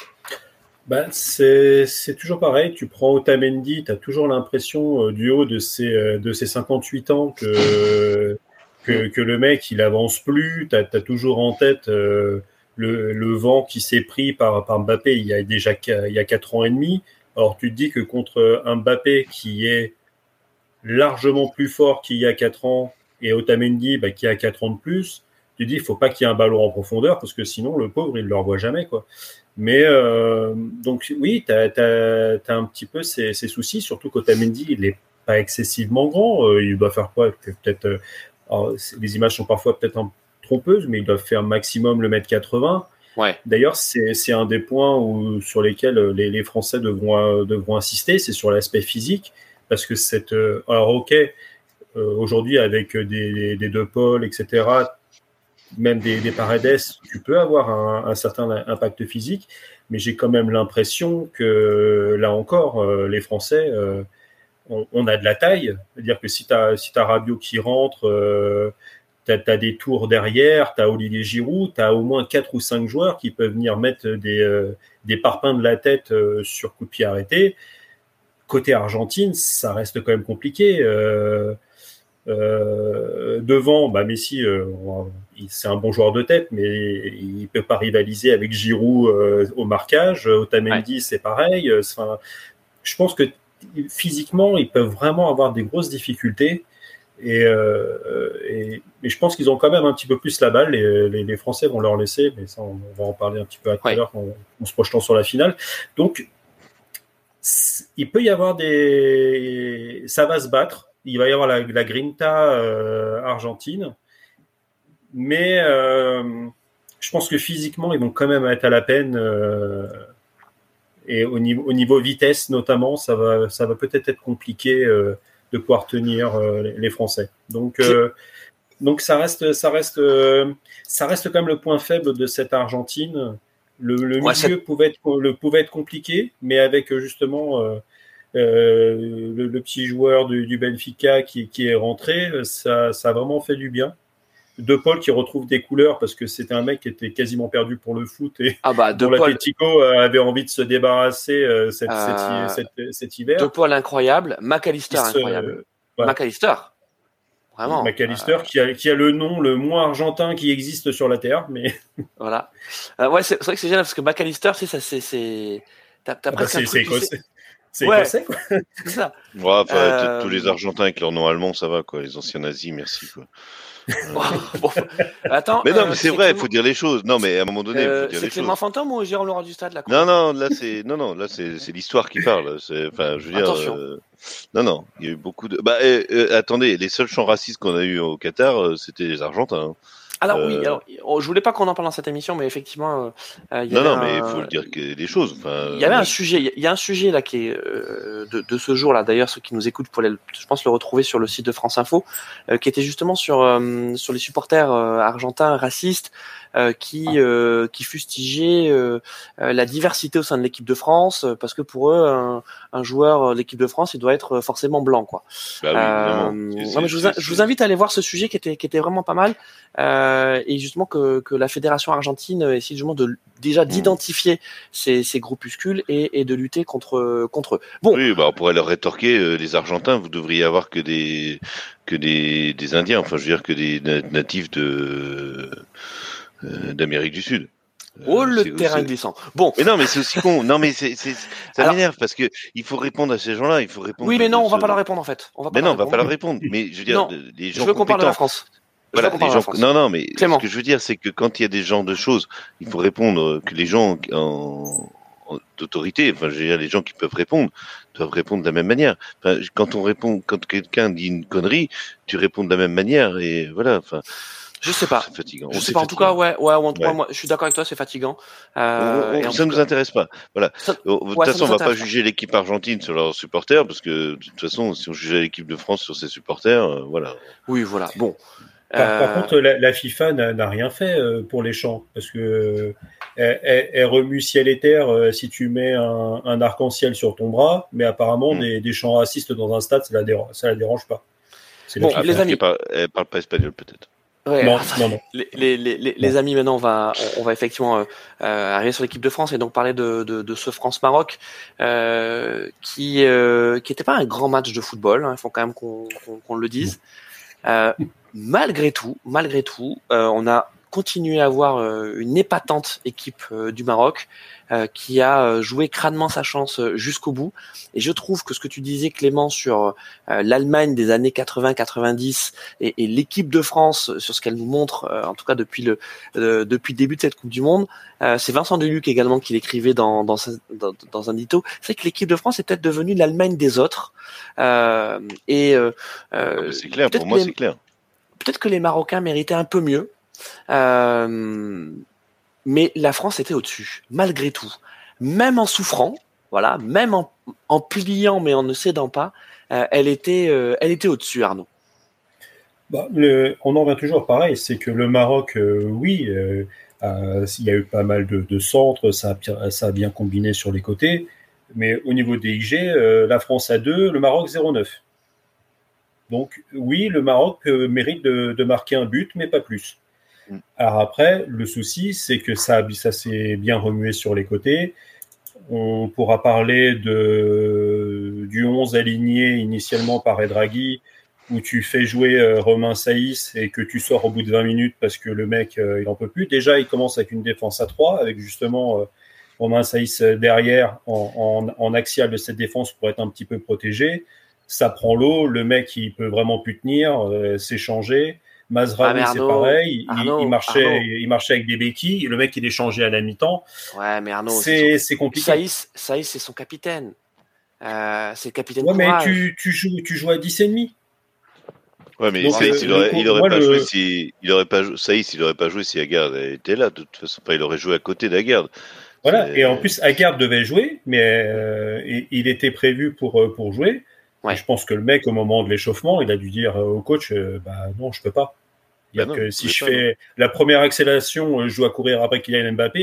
C'est toujours pareil. Tu prends Otamendi, tu as toujours l'impression du haut de ses 58 ans que le mec il avance plus. T'as toujours en tête le vent qui s'est pris par Mbappé il y a 4 ans et demi. Alors tu te dis que contre un Mbappé qui est largement plus fort qu'il y a 4 ans et Otamendi qui a 4 ans de plus, tu te dis il faut pas qu'il y ait un ballon en profondeur parce que sinon le pauvre il le revoit jamais quoi. Mais donc oui, t'as un petit peu ces soucis, surtout qu'Otamendi il est pas excessivement grand, il doit faire quoi peut-être les images sont parfois peut-être trompeuses, mais il doit faire maximum le 1m80. Ouais. D'ailleurs, c'est un des points sur lesquels les Français devront insister, c'est sur l'aspect physique, parce que alors ok, aujourd'hui avec des De Paul, etc., même des Paredes, tu peux avoir un certain impact physique, mais j'ai quand même l'impression que là encore, les Français, on a de la taille. C'est-à-dire que si t'as Rabiot qui rentre, t'as des tours derrière, t'as Olivier Giroud, t'as au moins 4 ou 5 joueurs qui peuvent venir mettre des parpaings de la tête sur coup de pied arrêté. Côté Argentine, ça reste quand même compliqué. Devant, Messi, c'est un bon joueur de tête, mais il peut pas rivaliser avec Giroud au marquage. Otamendi, c'est pareil. Je pense que physiquement, ils peuvent vraiment avoir des grosses difficultés. Et je pense qu'ils ont quand même un petit peu plus la balle. Les Français vont leur laisser, mais ça, on va en parler un petit peu à l'heure en se projetant sur la finale. Donc, il peut y avoir ça va se battre. Il va y avoir la grinta argentine, mais je pense que physiquement, ils vont quand même être à la peine. Et au niveau vitesse, notamment, ça va peut-être être compliqué de pouvoir tenir les Français. Donc ça reste quand même le point faible de cette Argentine. Le milieu pouvait être compliqué, mais avec justement le petit joueur du Benfica qui est rentré, ça a vraiment fait du bien. De Paul qui retrouve des couleurs parce que c'était un mec qui était quasiment perdu pour le foot et dont l'Atlético avait envie de se débarrasser cet hiver. De Paul incroyable, McAllister incroyable. McAllister, vraiment. McAllister qui a le nom le moins argentin qui existe sur la terre, mais voilà. C'est vrai que c'est génial parce que McAllister, t'as presque un truc. C'est écossais, quoi. C'est ça. Tous les Argentins avec leur nom allemand, ça va, quoi. Les anciens nazis, merci, quoi. Attends, mais non, mais c'est vrai, il faut dire les choses. Non, mais à un moment donné, il faut dire les choses. C'est Clément Fantôme ou Jérôme Laurent du Stade là? Non, là c'est l'histoire qui parle. Enfin, je veux dire. Non, il y a eu beaucoup de. Attendez, les seuls chants racistes qu'on a eu au Qatar, c'était les Argentins. Alors oui, je voulais pas qu'on en parle dans cette émission, mais effectivement, mais il faut le dire des choses. Il y avait un sujet, il y a un sujet là qui est de ce jour là. D'ailleurs, ceux qui nous écoutent pourraient, je pense, le retrouver sur le site de France Info, qui était justement sur les supporters argentins racistes qui fustigeaient la diversité au sein de l'équipe de France, parce que pour eux, un joueur de l'équipe de France, il doit être forcément blanc, quoi. Non, mais je vous invite à aller voir ce sujet qui était vraiment pas mal. Et justement que la fédération argentine essaie justement d'identifier ces groupuscules et de lutter contre eux. Bon. Oui, on pourrait leur rétorquer, les Argentins, vous devriez avoir que des Indiens, enfin je veux dire que des natifs d'Amérique du Sud. Le terrain glissant. Bon. Mais non, mais c'est aussi con. Non, mais ça m'énerve parce que il faut répondre à ces gens-là. Il faut répondre. Oui, mais non, on va pas leur répondre en fait. On va pas leur répondre. Mais je veux dire, les gens. Je veux qu'on parle de la France. Voilà, les gens. Non, mais ce que je veux dire, c'est que quand il y a des genres de choses, il faut répondre que les gens d'autorité, enfin, je veux dire, les gens qui peuvent répondre, doivent répondre de la même manière. Enfin, quand quelqu'un dit une connerie, tu réponds de la même manière et voilà. Enfin. Je sais pas. C'est fatigant. Je sais pas. En tout cas, moi, je suis d'accord avec toi, c'est fatigant. Ça nous intéresse pas. Voilà. De toute façon, on va pas juger l'équipe argentine sur leurs supporters, parce que de toute façon, si on jugeait l'équipe de France sur ses supporters, voilà. Oui, voilà. Bon. Par contre, la FIFA n'a rien fait pour les chants, parce que elle remue ciel et terre si tu mets un arc-en-ciel sur ton bras, mais apparemment des chants racistes dans un stade, ça la dérange pas. Bon, les amis. Elle parle pas espagnol, peut-être. Ouais, non. Les amis, maintenant on va effectivement arriver sur l'équipe de France et donc parler de ce France-Maroc qui était pas un grand match de football, hein, il faut quand même qu'on le dise. malgré tout, on a continué à avoir une épatante équipe du Maroc qui a joué crânement sa chance jusqu'au bout. Et je trouve que ce que tu disais, Clément, sur l'Allemagne des années 80-90 et l'équipe de France sur ce qu'elle nous montre, en tout cas depuis le début de cette Coupe du Monde, c'est Vincent Deluc également qui l'écrivait dans un dito. C'est vrai que l'équipe de France est peut-être devenue l'Allemagne des autres. C'est clair, pour moi c'est clair. Peut-être que les Marocains méritaient un peu mieux. Mais la France était au-dessus, malgré tout. Même en souffrant, voilà, même en pliant mais en ne cédant pas, elle était au-dessus, Arnaud. On en va toujours pareil, c'est que le Maroc, il y a eu pas mal de centres, ça a bien combiné sur les côtés, mais au niveau des IG, la France a 2, le Maroc 0,9. Donc oui, le Maroc mérite de marquer un but, mais pas plus. Alors après, le souci, c'est que ça s'est bien remué sur les côtés. On pourra parler du 11 aligné initialement par Redragui, où tu fais jouer Romain Saïs et que tu sors au bout de 20 minutes parce que le mec, il en peut plus. Déjà, il commence avec une défense à 3, avec justement Romain Saïs derrière en axial de cette défense pour être un petit peu protégé. Ça prend l'eau, le mec, il peut vraiment plus tenir, c'est changé. Mazraoui, c'est pareil. Il marchait avec des béquilles. Le mec, il est changé à la mi-temps. Ouais, mais Arnaud, c'est compliqué. Saïs, c'est son capitaine. C'est le capitaine. Ouais, mais tu joues à 10,5. Ouais, mais Saïs, il aurait pas joué si, Saïs, il aurait pas joué si Aguerd était là. De toute façon, il aurait joué à côté d'Aguerd. Voilà. Et en plus, Aguerd devait jouer, mais il était prévu pour jouer. Ouais. Je pense que le mec, au moment de l'échauffement, il a dû dire au coach, non, je peux pas. Si je fais la première accélération, je dois courir après Kylian Mbappé,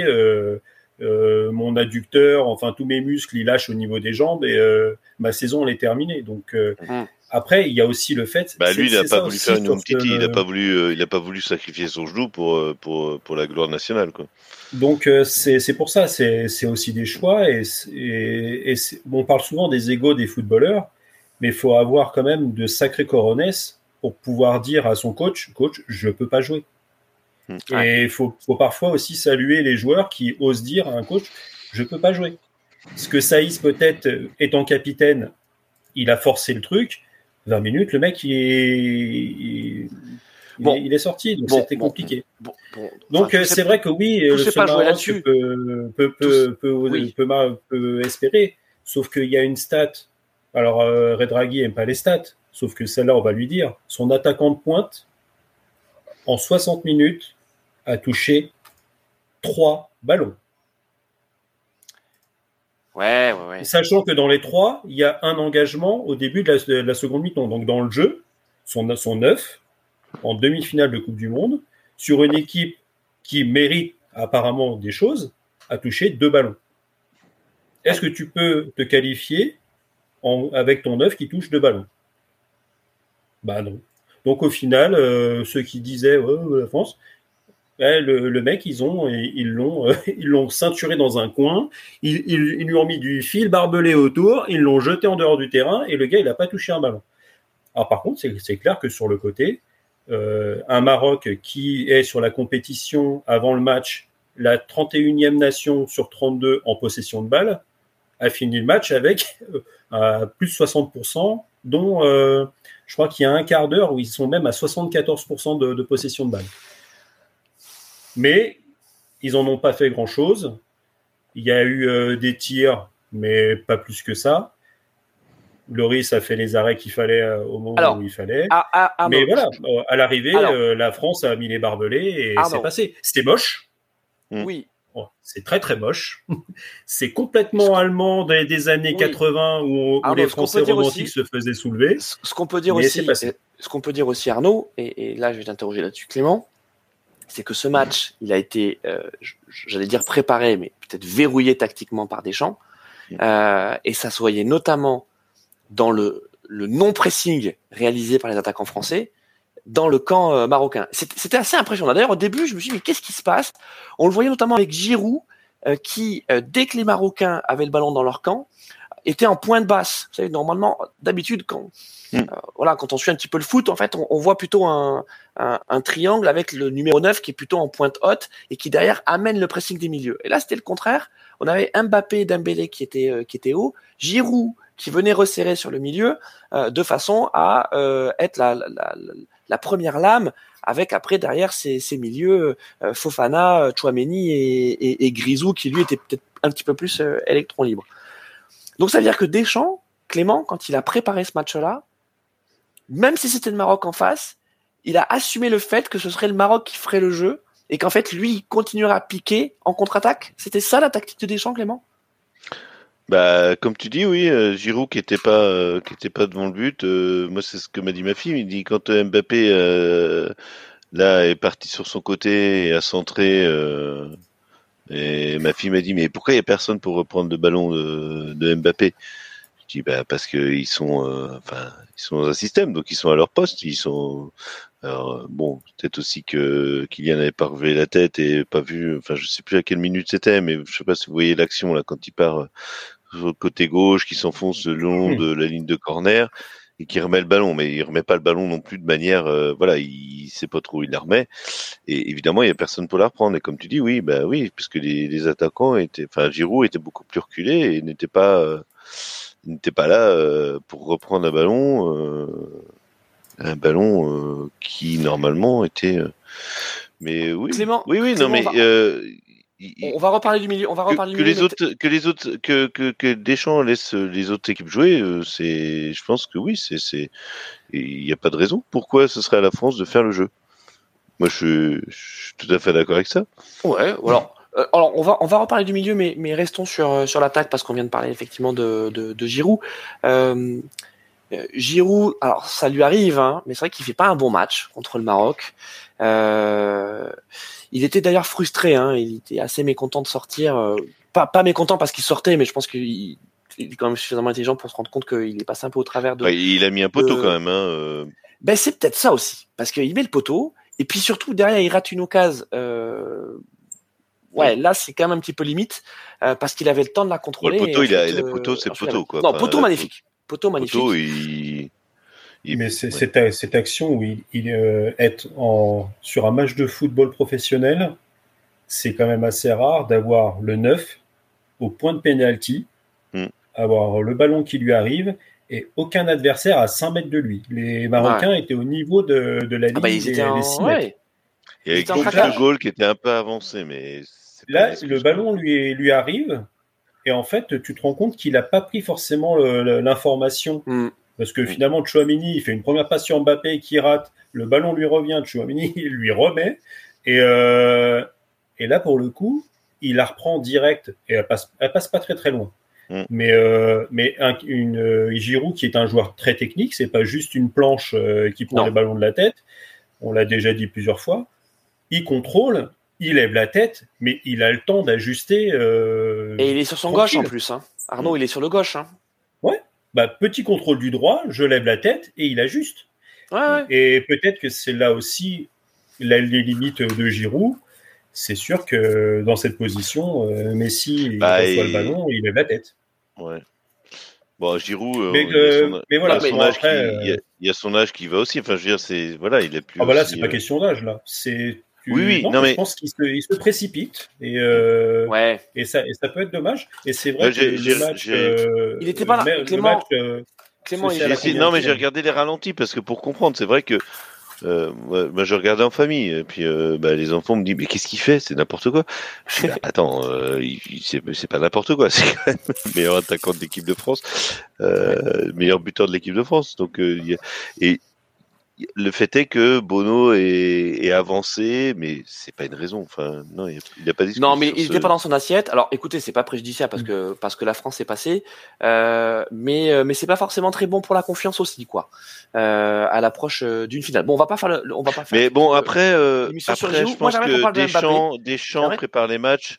mon adducteur, enfin tous mes muscles, ils lâchent au niveau des jambes et ma saison elle est terminée. Donc après, il y a aussi le fait. Lui, il n'a pas voulu faire une Umtiti, il n'a pas voulu sacrifier son genou pour la gloire nationale, quoi. Donc c'est pour ça, c'est aussi des choix et on parle souvent des égos des footballeurs. Mais il faut avoir quand même de sacrées coronesses pour pouvoir dire à son coach, je peux pas jouer. Et il faut parfois aussi saluer les joueurs qui osent dire à un coach, je peux pas jouer. Parce que Saïs, peut-être, étant capitaine, il a forcé le truc. 20 minutes, le mec, il est sorti. Donc c'était compliqué. Donc c'est vrai que oui, le Maroc peut espérer. Sauf qu'il y a une stat. Alors, Redragui n'aime pas les stats, sauf que celle-là, on va lui dire. Son attaquant de pointe, en 60 minutes, a touché 3 ballons. Ouais. Sachant que dans les 3, il y a un engagement au début de la seconde mi-temps. Donc, dans le jeu, son 9, en demi-finale de Coupe du Monde, sur une équipe qui mérite apparemment des choses, a touché 2 ballons. Est-ce que tu peux te qualifier avec ton 9 qui touche 2 ballons? Non. Donc au final, ceux qui disaient la France, le mec, ils l'ont ceinturé dans un coin, ils lui ont mis du fil barbelé autour, ils l'ont jeté en dehors du terrain et le gars, il n'a pas touché un ballon. Alors par contre, c'est clair que sur le côté, un Maroc qui est sur la compétition avant le match, la 31e nation sur 32 en possession de balle, a fini le match avec plus de 60%, dont je crois qu'il y a un quart d'heure où ils sont même à 74% de possession de balle. Mais ils n'en ont pas fait grand-chose. Il y a eu des tirs, mais pas plus que ça. Loris a fait les arrêts qu'il fallait au moment où il fallait. Mais voilà, à l'arrivée, la France a mis les barbelés et c'est passé. C'était moche. Oui. C'est très très moche. C'est complètement allemand des années 80 où les Français romantiques se faisaient soulever. Ce qu'on peut dire aussi, Arnaud, et là je vais t'interroger là-dessus, Clément, c'est que ce match, il a été, j'allais dire préparé, mais peut-être verrouillé tactiquement par Deschamps, et ça se voyait notamment dans le non-pressing réalisé par les attaquants français dans le camp marocain. C'était assez impressionnant. D'ailleurs, au début, je me suis dit, mais qu'est-ce qui se passe? On le voyait notamment avec Giroud, qui, dès que les Marocains avaient le ballon dans leur camp, était en pointe basse. Vous savez, normalement, d'habitude, quand on suit un petit peu le foot, en fait, on voit plutôt un triangle avec le numéro 9 qui est plutôt en pointe haute et qui derrière amène le pressing des milieux. Et là, c'était le contraire. On avait Mbappé et Dembélé qui étaient hauts, Giroud qui venait resserrer sur le milieu de façon à être la première lame avec après derrière ces milieux Fofana, Tchouaméni et Grisou qui lui était peut-être un petit peu plus électron libre. Donc ça veut dire que Deschamps, Clément, quand il a préparé ce match-là, même si c'était le Maroc en face, il a assumé le fait que ce serait le Maroc qui ferait le jeu et qu'en fait lui il continuera à piquer en contre-attaque. C'était ça la tactique de Deschamps, Clément? Bah, comme tu dis, oui, Giroud qui était pas devant le but. Moi, c'est ce que m'a dit ma fille. Il dit quand Mbappé là est parti sur son côté et a centré. Et ma fille m'a dit mais pourquoi il y a personne pour reprendre le ballon de Mbappé? Je dis bah parce que ils sont dans un système, donc ils sont à leur poste. Alors, bon, peut-être aussi que Kylian n'avait pas relevé la tête et pas vu. Enfin, je sais plus à quelle minute c'était, mais je sais pas si vous voyez l'action là quand il part sur le côté gauche, qui s'enfonce le long de la ligne de corner et qui remet le ballon, mais il remet pas le ballon non plus de manière, voilà, il sait pas trop où il la remet. Et évidemment, il y a personne pour la reprendre. Et comme tu dis, oui, bah oui, puisque les attaquants Giroud était beaucoup plus reculé et n'était pas là pour reprendre un ballon qui normalement était. Mais oui, Clément, oui, Clément, non, mais on va reparler du milieu. On va reparler du milieu. Que Deschamps laisse les autres équipes jouer, je pense que oui, il n'y a pas de raison. Pourquoi ce serait à la France de faire le jeu? Moi, je suis tout à fait d'accord avec ça. Ouais. Alors on va reparler du milieu, mais restons sur l'attaque parce qu'on vient de parler effectivement de Giroud. Giroud, alors ça lui arrive, hein, mais c'est vrai qu'il fait pas un bon match contre le Maroc. Il était d'ailleurs frustré, hein, il était assez mécontent de sortir. Pas mécontent parce qu'il sortait, mais je pense qu'il est quand même suffisamment intelligent pour se rendre compte qu'il est passé un peu au travers de. Ouais, il a mis un poteau quand même. Hein, Ben c'est peut-être ça aussi, parce qu'il met le poteau et puis surtout derrière il rate une occasion. Ouais, là c'est quand même un petit peu limite parce qu'il avait le temps de la contrôler. Bon, le poteau, le poteau, c'est poteau quoi. Non, poteau magnifique. Poteau magnifique. Poteau, mais cette action où il est sur un match de football professionnel, c'est quand même assez rare d'avoir le 9 au point de pénalty, avoir le ballon qui lui arrive et aucun adversaire à 5 mètres de lui. Les Marocains étaient au niveau de la ligne des 6 mètres. Il y avait de Gaulle qui était un peu avancé, mais là, le ballon lui arrive et en fait, tu te rends compte qu'il n'a pas pris forcément l'information. Parce que finalement, Tchouaméni, il fait une première passe sur Mbappé qui rate, le ballon lui revient, Tchouaméni lui remet, et là, pour le coup, il la reprend direct, et elle passe pas très très loin. Mais Giroud, qui est un joueur très technique, c'est pas juste une planche qui prend les ballons de la tête, on l'a déjà dit plusieurs fois, il contrôle, il lève la tête, mais il a le temps d'ajuster. Et il est sur son gauche en plus. Hein. Arnaud, il est sur le gauche. Hein. Ouais. Bah, petit contrôle du droit, je lève la tête et il ajuste. Ouais. Et peut-être que c'est là aussi les limites de Giroud. C'est sûr que dans cette position, Messi il reçoit le ballon, il lève la tête. Ouais. Bon, Giroud, mais voilà, il y a son âge qui va aussi. Enfin, je veux dire, il est plus. Ah bah là, c'est pas question d'âge là. Je pense qu'il se précipite et ça peut être dommage. Et c'est vrai que le match, il était pas là. Clément, mais j'ai regardé les ralentis parce que pour comprendre, c'est vrai que je regardais en famille et puis les enfants me disent mais qu'est-ce qu'il fait, c'est n'importe quoi. Je dis, attends, c'est pas n'importe quoi, c'est quand même le meilleur attaquant de l'équipe de France, meilleur buteur de l'équipe de France. Donc et le fait est que Bono est avancé, mais c'est pas une raison. Enfin, non, il n'a pas dit. Non, mais il n'était pas dans son assiette. Alors, écoutez, c'est pas préjudiciable parce que la France est passée, mais c'est pas forcément très bon pour la confiance aussi, quoi. À l'approche d'une finale. Bon, on va pas faire. Mais bon, après, je pense que Deschamps prépare les matchs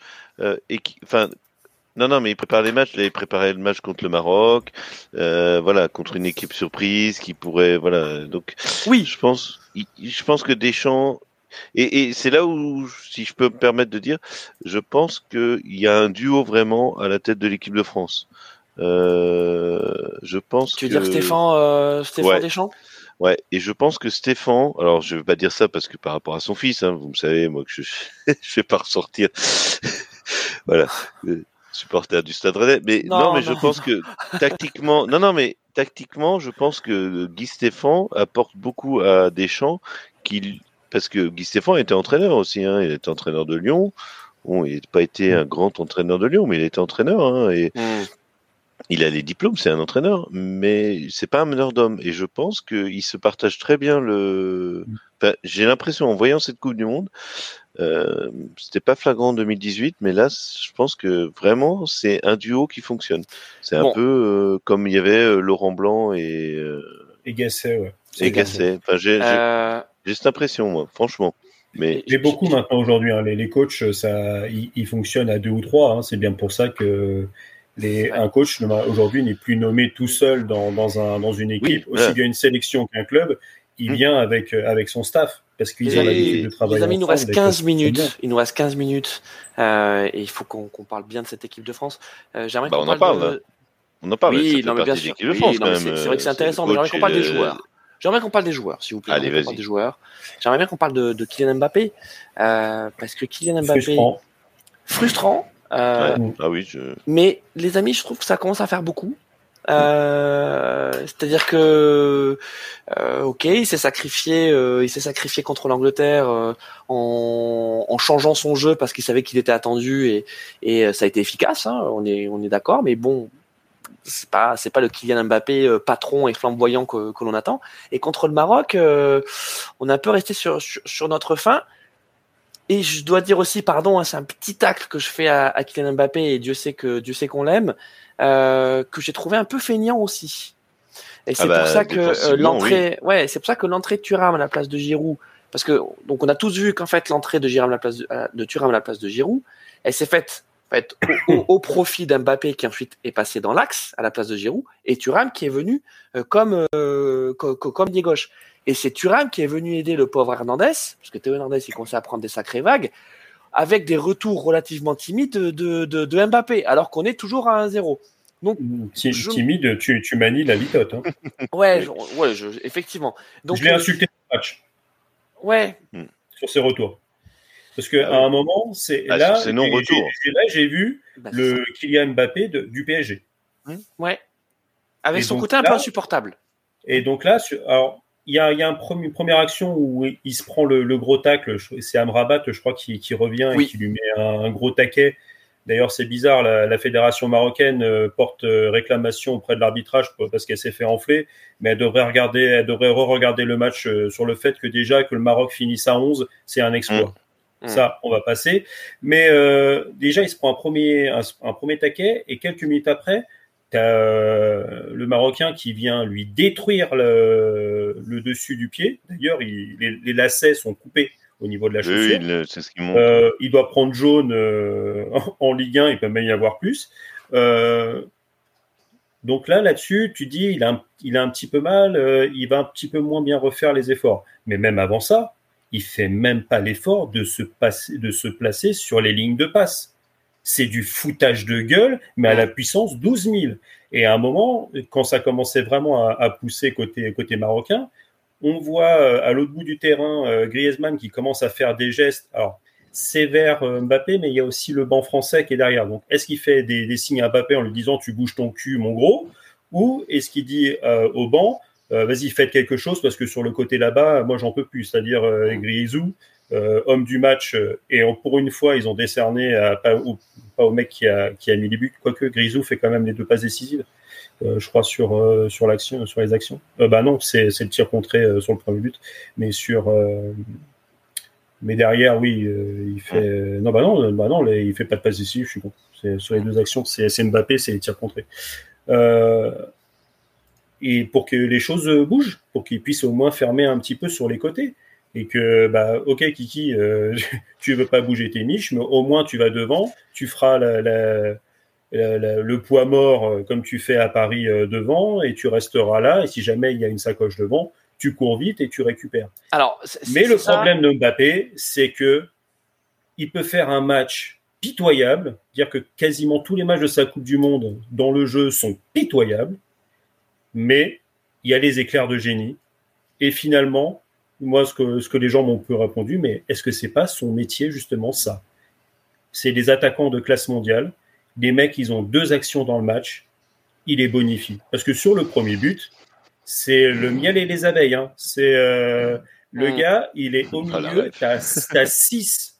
Non, mais il prépare les matchs. Là, il préparait le match contre le Maroc, contre une équipe surprise qui pourrait, Donc, oui, je pense que Deschamps et c'est là où, si je peux me permettre de dire, je pense qu'il y a un duo vraiment à la tête de l'équipe de France. Je pense Tu veux dire Stéphane Deschamps? Ouais, et je pense que Stéphane, alors je veux pas dire ça parce que par rapport à son fils, hein, vous me savez, moi que je vais pas ressortir, voilà, supporter du Stade Rennais, mais non, mais je pense que tactiquement, tactiquement, je pense que Guy Stéphane apporte beaucoup à Deschamps, parce que Guy Stéphane était entraîneur aussi, hein, il était entraîneur de Lyon. Bon, il n'a pas été un grand entraîneur de Lyon, mais il était entraîneur, hein, et il a les diplômes, c'est un entraîneur, mais c'est pas un meneur d'hommes. Et je pense qu'il se partage très bien Enfin, j'ai l'impression, en voyant cette Coupe du Monde, c'était pas flagrant en 2018, mais là, je pense que vraiment, c'est un duo qui fonctionne. C'est un peu comme il y avait Laurent Blanc et Gasset, ouais. Et Gasset. Enfin, j'ai cette impression, moi, franchement. Mais beaucoup maintenant aujourd'hui, hein, les coachs, ils fonctionnent à 2 ou 3. Hein, c'est bien pour ça que un coach aujourd'hui n'est plus nommé tout seul dans une équipe. Aussi bien une sélection qu'un club, il vient avec son staff parce qu'ils ont l'habitude de travailler. Les amis, il nous reste 15 minutes. Il nous reste 15 minutes et il faut qu'on parle bien de cette équipe de France. J'aimerais qu'on parle. On en parle. Oui, ça fait partie de l'équipe de France, quand même. C'est vrai que c'est intéressant, mais j'aimerais qu'on parle des joueurs. J'aimerais qu'on parle des joueurs, s'il vous plaît. Allez, vas-y. J'aimerais bien qu'on parle de Kylian Mbappé, parce que Kylian Mbappé, frustrant. Ah oui. Mais les amis, je trouve que ça commence à faire beaucoup. C'est-à-dire que, il s'est sacrifié contre l'Angleterre en changeant son jeu parce qu'il savait qu'il était attendu et ça a été efficace. Hein, on est d'accord, mais bon. C'est pas le Kylian Mbappé patron et flamboyant que l'on attend. Et contre le Maroc, on a un peu resté sur notre faim. Et je dois dire aussi, pardon, hein, c'est un petit tacle que je fais à Kylian Mbappé et Dieu sait qu'on l'aime, que j'ai trouvé un peu feignant aussi. Et c'est pour ça que l'entrée, c'est pour ça que l'entrée de Thuram à la place de Giroud, parce que donc on a tous vu qu'en fait l'entrée de Thuram à la place de Giroud, elle s'est faite au profit d'Mbappé qui ensuite est passé dans l'axe à la place de Giroud et Thuram qui est venu comme lié gauche. Et c'est Thuram qui est venu aider le pauvre Hernandez, parce que Théo Hernandez il commençait à prendre des sacrées vagues, avec des retours relativement timides de Mbappé, alors qu'on est toujours à 1-0. Donc, timide, tu manies la litote. Hein. Effectivement. Donc, je l'ai insulté dans le match. Ouais. Sur ses retours. Parce qu'à un moment, là, j'ai vu le Kylian Mbappé du PSG. Ouais. Avec son côté un peu insupportable. Et donc là, alors, il y a une première action où il se prend le gros tacle. C'est Amrabat, je crois, qui revient et qui lui met un gros taquet. D'ailleurs, c'est bizarre, la fédération marocaine porte réclamation auprès de l'arbitrage parce qu'elle s'est fait enfler, mais elle devrait re-regarder le match sur le fait que déjà que le Maroc finisse à 11, c'est un exploit. Ça, on va passer. Mais déjà, il se prend un premier taquet et quelques minutes après, t'as le Marocain qui vient lui détruire le dessus du pied. D'ailleurs, les lacets sont coupés au niveau de la chaussure. Oui, c'est ce qui montre. Il doit prendre jaune en Ligue 1, il peut même y avoir plus. Donc là-dessus, tu dis, il a un petit peu mal, il va un petit peu moins bien refaire les efforts. Mais même avant ça, il fait même pas l'effort de se placer sur les lignes de passe. C'est du foutage de gueule, mais à la puissance 12 000. Et à un moment, quand ça commençait vraiment à pousser côté marocain, on voit à l'autre bout du terrain Griezmann qui commence à faire des gestes. Alors, c'est vers Mbappé, mais il y a aussi le banc français qui est derrière. Donc, est-ce qu'il fait des signes à Mbappé en lui disant « tu bouges ton cul, mon gros » ou est-ce qu'il dit au banc vas-y, faites quelque chose parce que sur le côté là-bas, moi, j'en peux plus. C'est-à-dire Grisou, homme du match, et pour une fois, ils ont décerné pas au mec qui a mis les buts, quoique Grisou fait quand même les 2 passes décisives. Je crois sur les actions. Non, c'est le tir contré sur le premier but, mais mais derrière, oui, il fait. Non, il fait pas de passe décisive. Je suis con. Sur les 2 actions, c'est Mbappé, c'est les tirs contrés. Et pour que les choses bougent, pour qu'ils puissent au moins fermer un petit peu sur les côtés. Et que, ok, Kiki, tu veux pas bouger tes miches, mais au moins tu vas devant, tu feras le poids mort comme tu fais à Paris devant, et tu resteras là, et si jamais il y a une sacoche devant, tu cours vite et tu récupères. Alors, mais le problème de Mbappé, c'est que il peut faire un match pitoyable, dire que quasiment tous les matchs de sa Coupe du Monde dans le jeu sont pitoyables, mais il y a les éclairs de génie. Et finalement, moi, ce que les gens m'ont peu répondu, mais est-ce que c'est pas son métier, justement, ça? C'est des attaquants de classe mondiale. Les mecs, ils ont 2 actions dans le match. Il les bonifie. Parce que sur le premier but, c'est le miel et les abeilles. Hein. C'est le gars, il est au milieu. T'as 6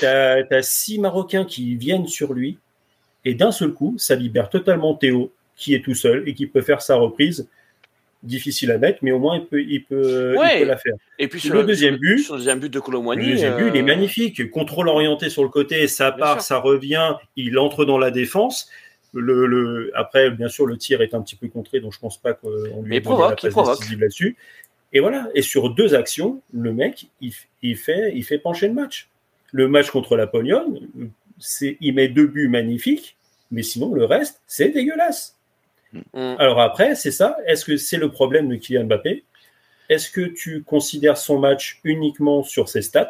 Marocains qui viennent sur lui. Et d'un seul coup, ça libère totalement Théo, qui est tout seul et qui peut faire sa reprise. Difficile à mettre, mais au moins il peut la faire. Et puis sur le deuxième but de Kolo Muani, le deuxième but, il est magnifique. Contrôle orienté sur le côté, ça part, ça revient, il entre dans la défense. Après, bien sûr, le tir est un petit peu contré, donc je pense pas qu'on lui ait donné la passe décisive là-dessus. Et voilà. Et sur 2 actions, le mec, il fait pencher le match. Le match contre la Pologne, il met 2 buts magnifiques, mais sinon le reste, c'est dégueulasse. Alors après, c'est ça. Est-ce que c'est le problème de Kylian Mbappé? Est-ce que tu considères son match uniquement sur ses stats?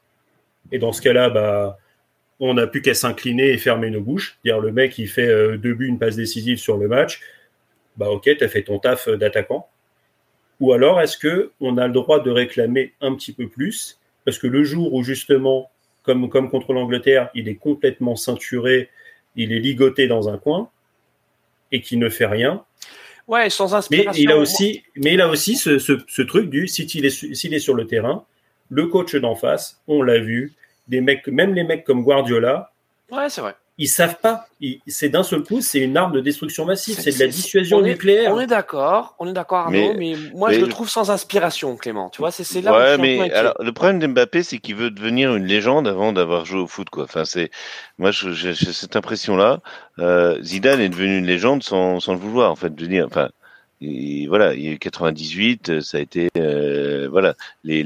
Et dans ce cas-là, on n'a plus qu'à s'incliner et fermer nos bouches. Dire le mec, il fait 2 buts, une passe décisive sur le match. Ok, t'as fait ton taf d'attaquant. Ou alors, est-ce que on a le droit de réclamer un petit peu plus? Parce que le jour où justement, comme contre l'Angleterre, il est complètement ceinturé, il est ligoté dans un coin, et qui ne fait rien. Ouais, sans inspiration. Mais il a aussi ce truc du s'il est sur le terrain, le coach d'en face, on l'a vu, même les mecs comme Guardiola, ouais, c'est vrai. Ils savent pas. C'est d'un seul coup, c'est une arme de destruction massive, c'est de la dissuasion nucléaire. On est d'accord, Arnaud, mais moi je le trouve sans inspiration, Clément. Tu vois, c'est là où je suis un peu inquiet. Alors, le problème d'Mbappé, c'est qu'il veut devenir une légende avant d'avoir joué au foot, quoi. Enfin, moi, j'ai cette impression-là. Zidane est devenu une légende sans le vouloir, en fait, de dire, enfin. Et voilà, il y a eu 98, ça a été voilà les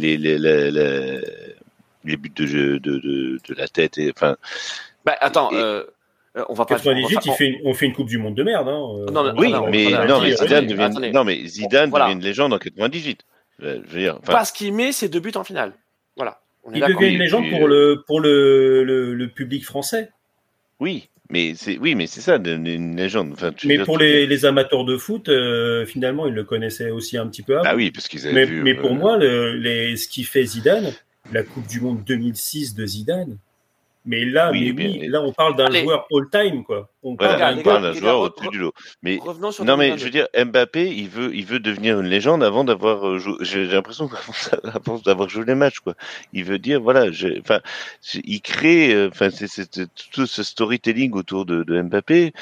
buts de jeu de la tête et enfin. Attends, on va pas. 98, on fait une Coupe du Monde de merde. Hein. Mais Zidane devient une légende en 98. Je veux dire, parce qu'il met ses 2 buts en finale. Voilà. Il devient une légende pour le public français. Oui, mais c'est ça, une légende. Enfin, mais pour les amateurs de foot, finalement, ils le connaissaient aussi un petit peu avant. Ah oui, parce qu'ils avaient vu. Mais pour moi, ce qui fait Zidane, la Coupe du Monde 2006 de Zidane. Mais là, là, on parle d'un joueur all-time, quoi. On parle d'un joueur au-dessus du lot. Mais non, mais je veux dire, Mbappé, il veut devenir une légende avant d'avoir joué. J'ai l'impression qu'avant d'avoir joué les matchs, quoi. Il veut dire, voilà, il crée, c'est tout ce storytelling autour de Mbappé.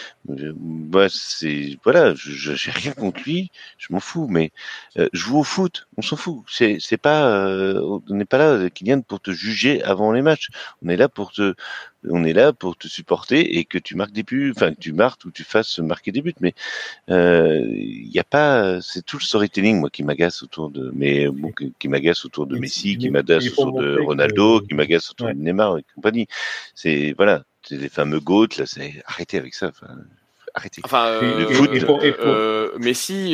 J'ai rien contre lui, je m'en fous, mais joue au foot, on s'en fout. C'est pas, on n'est pas là, Kylian, pour te juger avant les matchs. On est là pour te supporter et que tu marques des buts, enfin que tu marques ou tu fasses marquer des buts. Mais il y a pas, c'est tout le storytelling moi qui m'agace autour de, qui m'agace autour de Messi, qui m'agace autour de Ronaldo, qui m'agace autour de Neymar et compagnie. C'est des fameux GOAT là, arrêtez avec ça. Arrêtez. Le foot. Messi,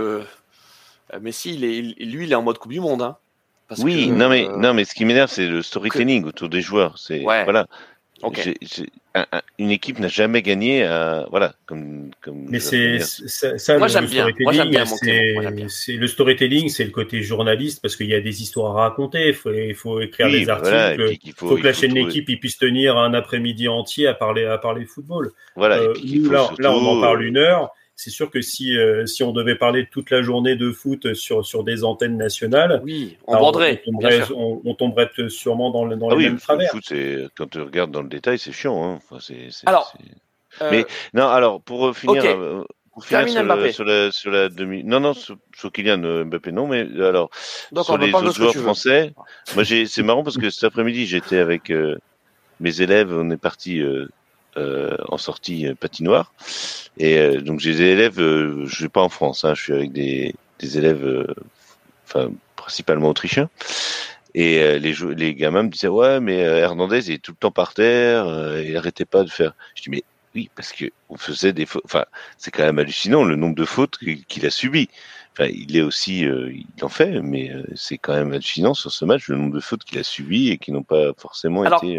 lui, il est en mode Coupe du Monde, hein. Non mais ce qui m'énerve c'est le storytelling autour des joueurs. C'est voilà. Okay. Une équipe n'a jamais gagné comme. Mais c'est ça. Moi j'aime bien. C'est le storytelling, c'est le côté journaliste parce qu'il y a des histoires à raconter. Il faut écrire des articles. Il faut que la chaîne d'équipe puisse tenir un après-midi entier à parler football. Voilà. Là on en parle 1 heure. C'est sûr que si on devait parler toute la journée de foot sur des antennes nationales, on borderait. On tomberait sûrement dans les mêmes travers. Le foot, quand tu regardes dans le détail, c'est chiant. Hein. Enfin, mais non, alors pour finir, sur la demi, sur Kylian Mbappé, non, mais alors sur les autres joueurs français, moi c'est marrant parce que cet après-midi j'étais avec mes élèves, on est parti. En sortie patinoire et donc j'ai des élèves je vais pas en France je suis avec des élèves principalement autrichiens et les gamins me disaient ouais mais Hernandez il est tout le temps par terre il arrêtait pas de faire. Je dis mais oui parce que on faisait des fautes, c'est quand même hallucinant le nombre de fautes qu'il a subies. Il est aussi, il en fait, mais c'est quand même hallucinant sur ce match le nombre de fautes qu'il a subies et qui n'ont pas forcément été.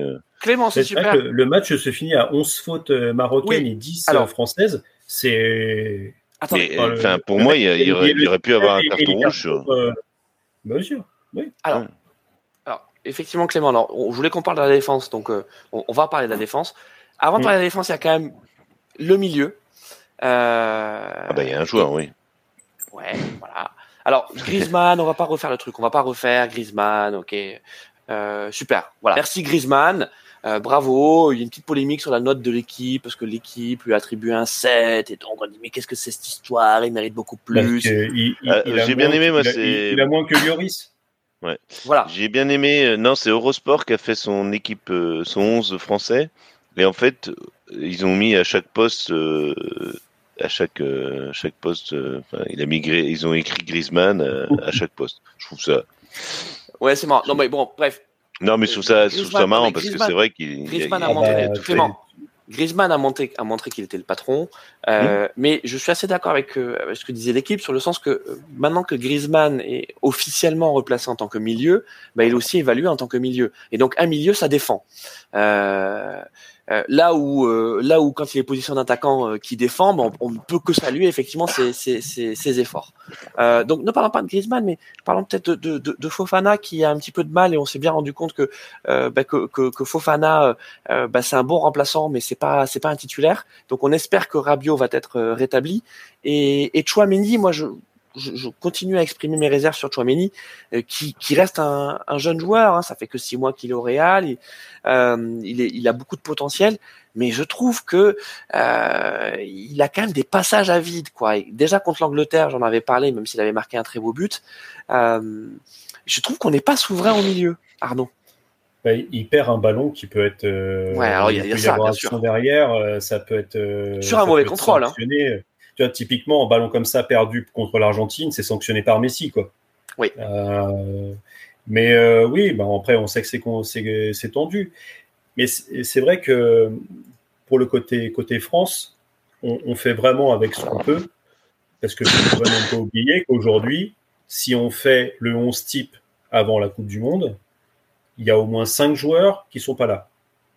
Clément, c'est super. Le match se finit à 11 fautes marocaines et 10 françaises. C'est. Attendez, pour moi, il aurait pu avoir un carton rouge. Bien sûr, oui. Alors, effectivement, Clément, je voulais qu'on parle de la défense, donc on va parler de la défense. Avant de parler de la défense, il y a quand même le milieu. Il y a un joueur, oui. Ouais, voilà. Alors, Griezmann, on va pas refaire le truc. On va pas refaire Griezmann, ok. Super, voilà. Merci Griezmann. Bravo, il y a une petite polémique sur la note de l'équipe parce que l'équipe lui a attribué un 7 et donc on dit mais qu'est-ce que c'est cette histoire, il mérite beaucoup plus. J'ai bien aimé, moi, il a moins que Lloris. Ouais. Voilà. J'ai bien aimé. Non, c'est Eurosport qui a fait son équipe, son 11 français, et en fait, ils ont mis à chaque poste, ils ont écrit Griezmann à chaque poste. Je trouve ça. Ouais, c'est marrant. Non, mais bon, bref. Non, mais je trouve ça marrant parce que c'est vrai qu'il Griezmann a montré. Griezmann a montré qu'il était le patron, mais je suis assez d'accord avec ce que disait l'équipe sur le sens que maintenant que Griezmann est officiellement replacé en tant que milieu, il est aussi évalué en tant que milieu. Et donc un milieu, ça défend. Là où quand il est position d'attaquant qui défend, on ne peut que saluer effectivement ses efforts. Donc ne parlons pas de Griezmann, mais parlons peut-être de Fofana qui a un petit peu de mal et on s'est bien rendu compte que Fofana c'est un bon remplaçant, mais c'est pas un titulaire. Donc on espère que Rabiot va être rétabli et Tchouaméni, moi je continue à exprimer mes réserves sur Tchouaméni, qui reste un jeune joueur. Hein, ça fait que 6 mois qu'il est au Real. Il a beaucoup de potentiel, mais je trouve que il a quand même des passages à vide, quoi. Et déjà contre l'Angleterre, j'en avais parlé, même s'il avait marqué un très beau but. Je trouve qu'on n'est pas souverain au milieu, Arnaud. Il perd un ballon qui peut être. Alors il y a ça, bien sûr. Derrière, ça peut être. Sur un mauvais contrôle. Tu vois, typiquement, un ballon comme ça perdu contre l'Argentine, c'est sanctionné par Messi, quoi. Oui. Mais oui, après, on sait que c'est tendu. Mais c'est vrai que pour le côté France, on fait vraiment avec ce qu'on peut. Parce que je ne peux vraiment pas oublier qu'aujourd'hui, si on fait le 11 type avant la Coupe du Monde, il y a au moins 5 joueurs qui ne sont pas là.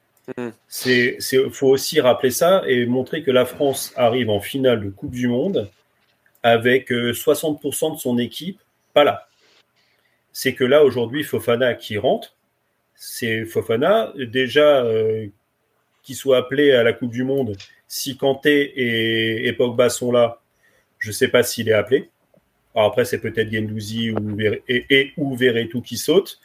Faut aussi rappeler ça et montrer que la France arrive en finale de Coupe du Monde avec 60% de son équipe pas là. C'est que là, aujourd'hui, Fofana qui rentre, c'est Fofana, déjà qui soit appelé à la Coupe du Monde, si Kanté et Pogba sont là, je ne sais pas s'il est appelé. Alors après, c'est peut-être Guendouzi ou Verretou qui saute.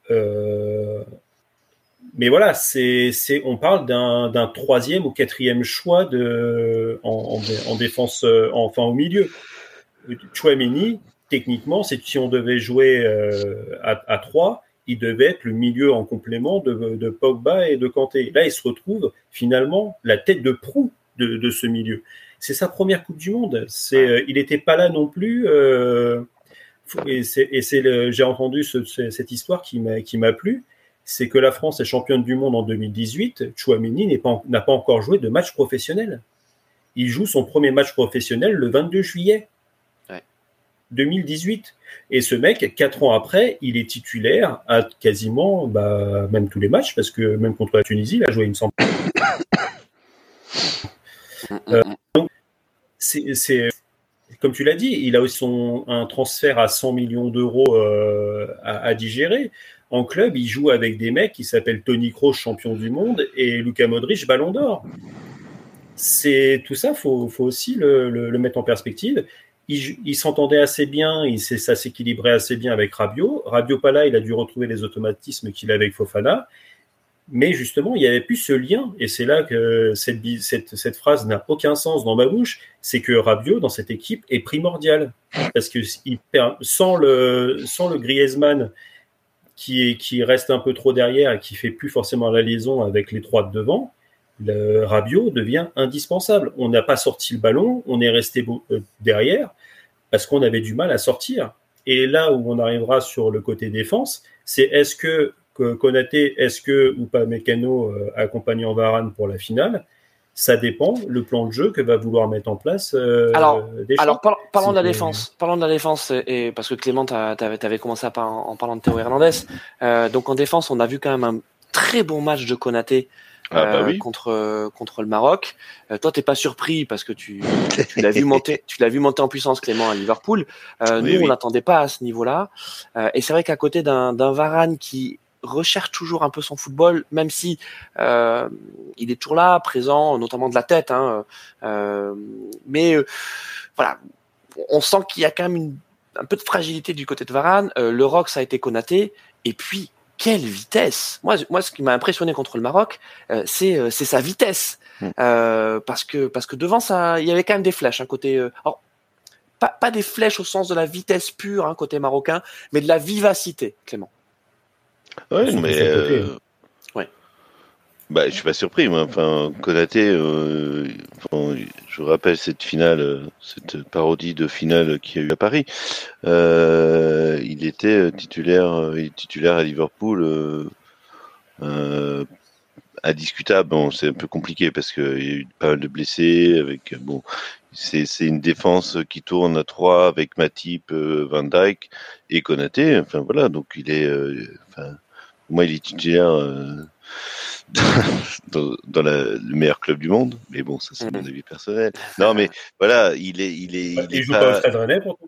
Mais voilà, on parle d'un 3e ou 4e choix en défense, enfin au milieu. Tchouaméni, techniquement, si on devait jouer à 3, il devait être le milieu en complément de Pogba et de Kanté. Là, il se retrouve finalement la tête de proue de ce milieu. C'est sa première Coupe du Monde. Il n'était pas là non plus. J'ai entendu cette histoire qui m'a plu. C'est que la France est championne du monde en 2018. Tchouaméni n'a pas encore joué de match professionnel. Il joue son premier match professionnel le 22 juillet 2018. Et ce mec, 4 ans après, il est titulaire à quasiment même tous les matchs, parce que même contre la Tunisie, il a joué, il me semble. Donc, c'est comme tu l'as dit, il a aussi un transfert à 100 millions d'euros à digérer. En club, il joue avec des mecs qui s'appellent Toni Kroos, champion du monde, et Luka Modric, ballon d'or. Tout ça, faut aussi le mettre en perspective. Il s'entendait assez bien, ça s'équilibrait assez bien avec Rabiot. Rabiot pas là, il a dû retrouver les automatismes qu'il avait avec Fofana. Mais justement, il n'y avait plus ce lien. Et c'est là que cette phrase n'a aucun sens dans ma bouche. C'est que Rabiot, dans cette équipe, est primordial. Parce que sans le Griezmann, qui reste un peu trop derrière et qui fait plus forcément la liaison avec les 3 de devant, le Rabiot devient indispensable. On n'a pas sorti le ballon, on est resté derrière parce qu'on avait du mal à sortir. Et là où on arrivera sur le côté défense, c'est est-ce que Konaté, ou pas Mécano accompagnant Varane pour la finale? Ça dépend, le plan de jeu que va vouloir mettre en place Alors, parlons de la défense. Parlons de la défense, et parce que Clément, t'avais commencé en parlant de Théo Hernandez. Donc en défense, on a vu quand même très bon match de Konaté contre le Maroc. Toi, t'es pas surpris parce que tu l'as vu monter en puissance, Clément, à Liverpool. Nous, on l'attendait pas à ce niveau-là. Et c'est vrai qu'à côté d'un Varane qui recherche toujours un peu son football, même si il est toujours là, présent, notamment de la tête. Mais voilà, on sent qu'il y a quand même un peu de fragilité du côté de Varane. Le rock, ça a été Konaté. Et puis, quelle vitesse! Moi, ce qui m'a impressionné contre le Maroc, c'est sa vitesse. Parce que devant ça, il y avait quand même des flèches, côté. Alors, pas des flèches au sens de la vitesse pure, côté marocain, mais de la vivacité, Clément. Oui, mais ouais. Je suis pas surpris, moi. Enfin, Konaté, je vous rappelle cette finale, cette parodie de finale qu'il y a eu à Paris. Il était titulaire à Liverpool, indiscutable. Bon, c'est un peu compliqué parce qu'il y a eu pas mal de blessés. C'est une défense qui tourne à 3 avec Matip, Van Dijk et Konaté. Enfin voilà, donc il est, pour moi, il est titulaire dans le meilleur club du monde. Mais bon, ça c'est mon avis personnel. Non, mais voilà, il joue pas au Stade Rennais pourtant.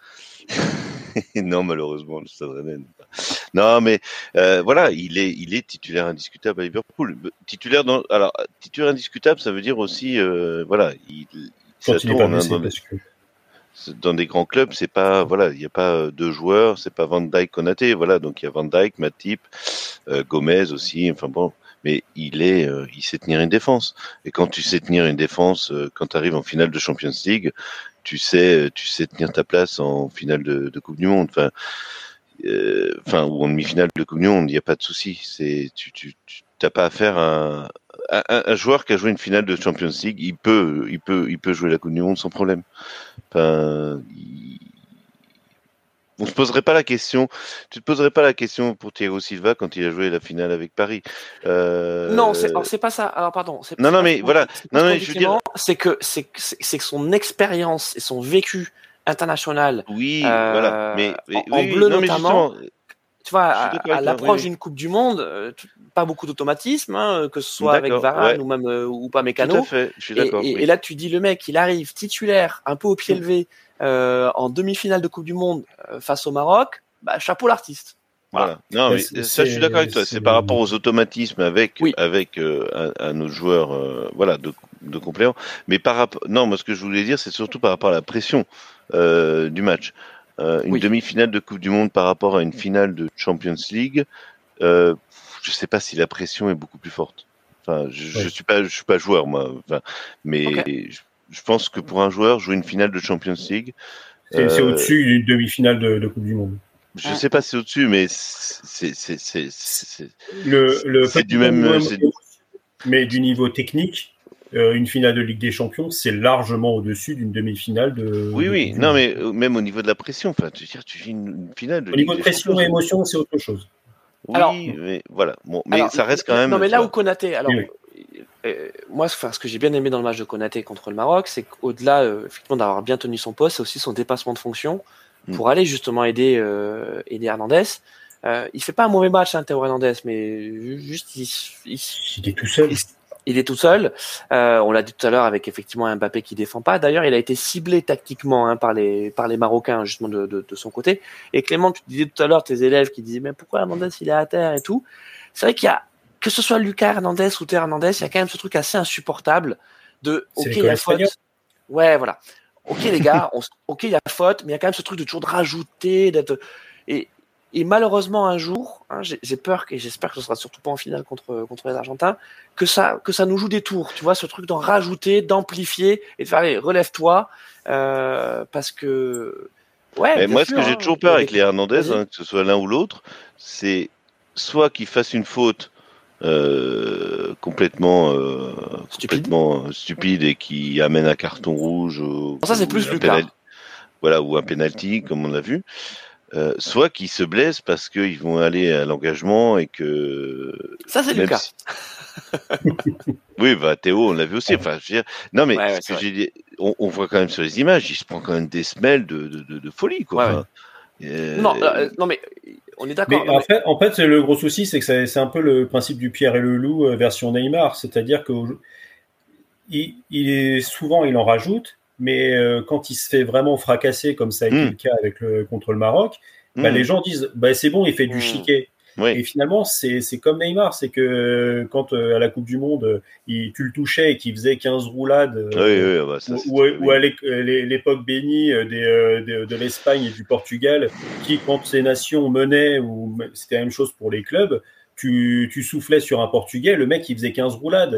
Non, malheureusement, le Stade Rennais. Non, mais voilà, il est titulaire indiscutable à Liverpool. Titulaire indiscutable, ça veut dire aussi, voilà, quand il est pas blessé, dans des grands clubs, c'est pas, voilà, il n'y a pas deux joueurs, c'est pas Van Dijk, Konaté, voilà, donc il y a Van Dijk, Matip, Gomez aussi, enfin bon, mais il sait tenir une défense. Et quand tu sais tenir une défense, quand tu arrives en finale de Champions League, tu sais tenir ta place en finale de Coupe du Monde, ou en demi-finale de Coupe du Monde, il n'y a pas de souci. Tu t'as pas affaire à un joueur qui a joué une finale de Champions League, il peut jouer la Coupe du Monde sans problème. On se poserait pas la question. Tu te poserais pas la question pour Thiago Silva quand il a joué la finale avec Paris. Non, c'est pas ça. Alors pardon. Non, mais voilà. Non, mais je veux dire, c'est que son expérience et son vécu international. Oui, voilà. Mais en bleu notamment. Tu vois, à l'approche d'une Coupe du Monde, pas beaucoup d'automatisme, que ce soit avec Varane ou même ou pas Mécano. Tout à fait, je suis d'accord. Et là, tu dis le mec, il arrive titulaire, un peu au pied levé, en demi-finale de Coupe du Monde face au Maroc. Chapeau l'artiste. Voilà. Non, mais ça, je suis d'accord avec toi. C'est par rapport aux automatismes avec un autre joueur, voilà, de complément. Mais non, moi, ce que je voulais dire, c'est surtout par rapport à la pression du match. Une demi-finale de Coupe du Monde par rapport à une finale de Champions League, je sais pas si la pression est beaucoup plus forte. Enfin, je suis pas joueur moi. Mais je pense que pour un joueur, jouer une finale de Champions League, c'est au-dessus d'une demi-finale de Coupe du Monde. Je sais pas si c'est au-dessus, mais c'est du même. Mais du niveau technique. Une finale de Ligue des Champions, c'est largement au-dessus d'une demi-finale de. Oui. Non, mais même au niveau de la pression, tu vis une finale de. Au niveau de pression et émotion, c'est autre chose. Oui, alors, mais voilà. Bon, mais ça reste quand même. Non, mais là où Konaté, moi, ce que j'ai bien aimé dans le match de Konaté contre le Maroc, c'est qu'au-delà, effectivement, d'avoir bien tenu son poste, c'est aussi son dépassement de fonction pour aller justement aider Hernandez. Il fait pas un mauvais match, Théo Hernandez, mais juste il est tout seul. Il est tout seul. On l'a dit tout à l'heure avec effectivement un Mbappé qui défend pas. D'ailleurs, il a été ciblé tactiquement par les Marocains justement de son côté. Et Clément, tu disais tout à l'heure tes élèves qui disaient mais pourquoi Hernandez il est à terre et tout. C'est vrai qu'il y a que ce soit Lucas Hernandez ou Théo Hernandez, il y a quand même ce truc assez insupportable de il y a faute. Ouais, voilà. Ok les gars, il y a faute, mais il y a quand même ce truc de toujours de rajouter, d'être et malheureusement un jour, j'ai peur et j'espère que ce sera surtout pas en finale contre les Argentins, que ça nous joue des tours, tu vois, ce truc d'en rajouter, d'amplifier et de faire allez, relève-toi, parce que mais moi ce que j'ai toujours peur avec les Hernandez, que ce soit l'un ou l'autre, c'est soit qu'ils fassent une faute complètement stupide et qui amène un carton rouge. Ça c'est plus Lucas. Voilà, ou un penalty comme on l'a vu. Soit qu'ils se blessent parce qu'ils vont aller à l'engagement et que. Ça c'est Lucas. Oui, Théo, on l'a vu aussi. Enfin, je veux dire, non, mais ce que j'ai dit, on voit quand même sur les images, il se prend quand même des semelles de folie, quoi. Non, mais on est d'accord. Mais en fait, le gros souci, c'est que c'est un peu le principe du Pierre et le loup version Neymar. C'est-à-dire que souvent, il en rajoute, mais quand il se fait vraiment fracasser, comme ça a été le cas contre le Maroc, les gens disent c'est bon, il fait du chiquet. Oui. Et finalement, c'est comme Neymar, c'est que quand à la Coupe du Monde, tu le touchais et qu'il faisait 15 roulades, ou à l'époque bénie de l'Espagne et du Portugal, qui, quand ces nations menaient, ou c'était la même chose pour les clubs, tu soufflais sur un Portugais, le mec il faisait 15 roulades.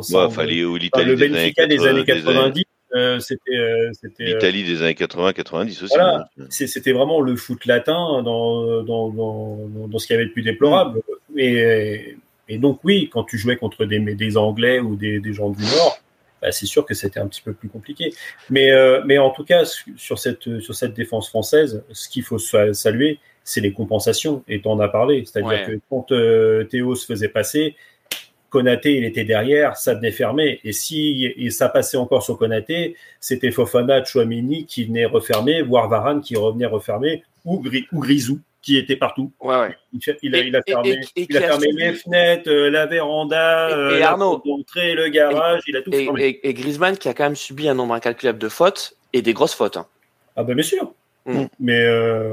Le Benfica des années 90. C'était l'Italie des années 80-90 aussi. Voilà, c'était vraiment le foot latin dans ce qu'il y avait de plus déplorable. Et donc oui, quand tu jouais contre des Anglais ou des gens du Nord, c'est sûr que c'était un petit peu plus compliqué. Mais en tout cas, sur cette défense française, ce qu'il faut saluer, c'est les compensations. Et tu en as parlé, c'est-à-dire que quand Théo se faisait passer, Konaté, il était derrière, ça venait fermer. Et ça passait encore sur Konaté, c'était Fofana, Tchouaméni qui venait refermer, voire Varane qui revenait refermer, ou Grisou qui était partout. Ouais. Il a fermé les fenêtres, la véranda, et Arnaud, l'entrée, le garage, il a tout fermé. Et Griezmann qui a quand même subi un nombre incalculable de fautes et des grosses fautes. Ah bien sûr. Mais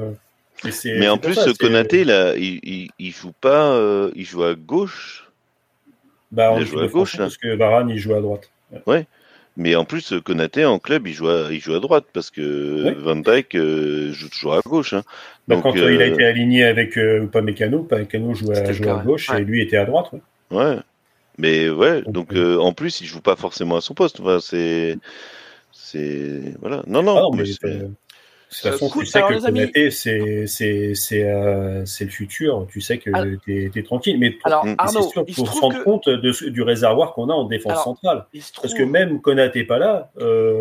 en plus, Konaté, là, il joue pas, il joue à gauche. Il joue à gauche, parce que Varane, il joue à droite. Ouais. Mais en plus, Konaté, en club, il joue à droite, parce que Van Dijk joue toujours à gauche. Hein. Donc, quand il a été aligné avec Upamecano joue à gauche, et lui était à droite. Ouais. Mais donc en plus, il joue pas forcément à son poste. Enfin, c'est... Voilà. Non, mais de toute façon, tu sais que Konaté, c'est le futur. Tu sais que t'es tranquille. Mais Arnaud, c'est sûr qu'il faut se rendre compte du réservoir qu'on a en défense centrale. Parce que même Konaté pas là,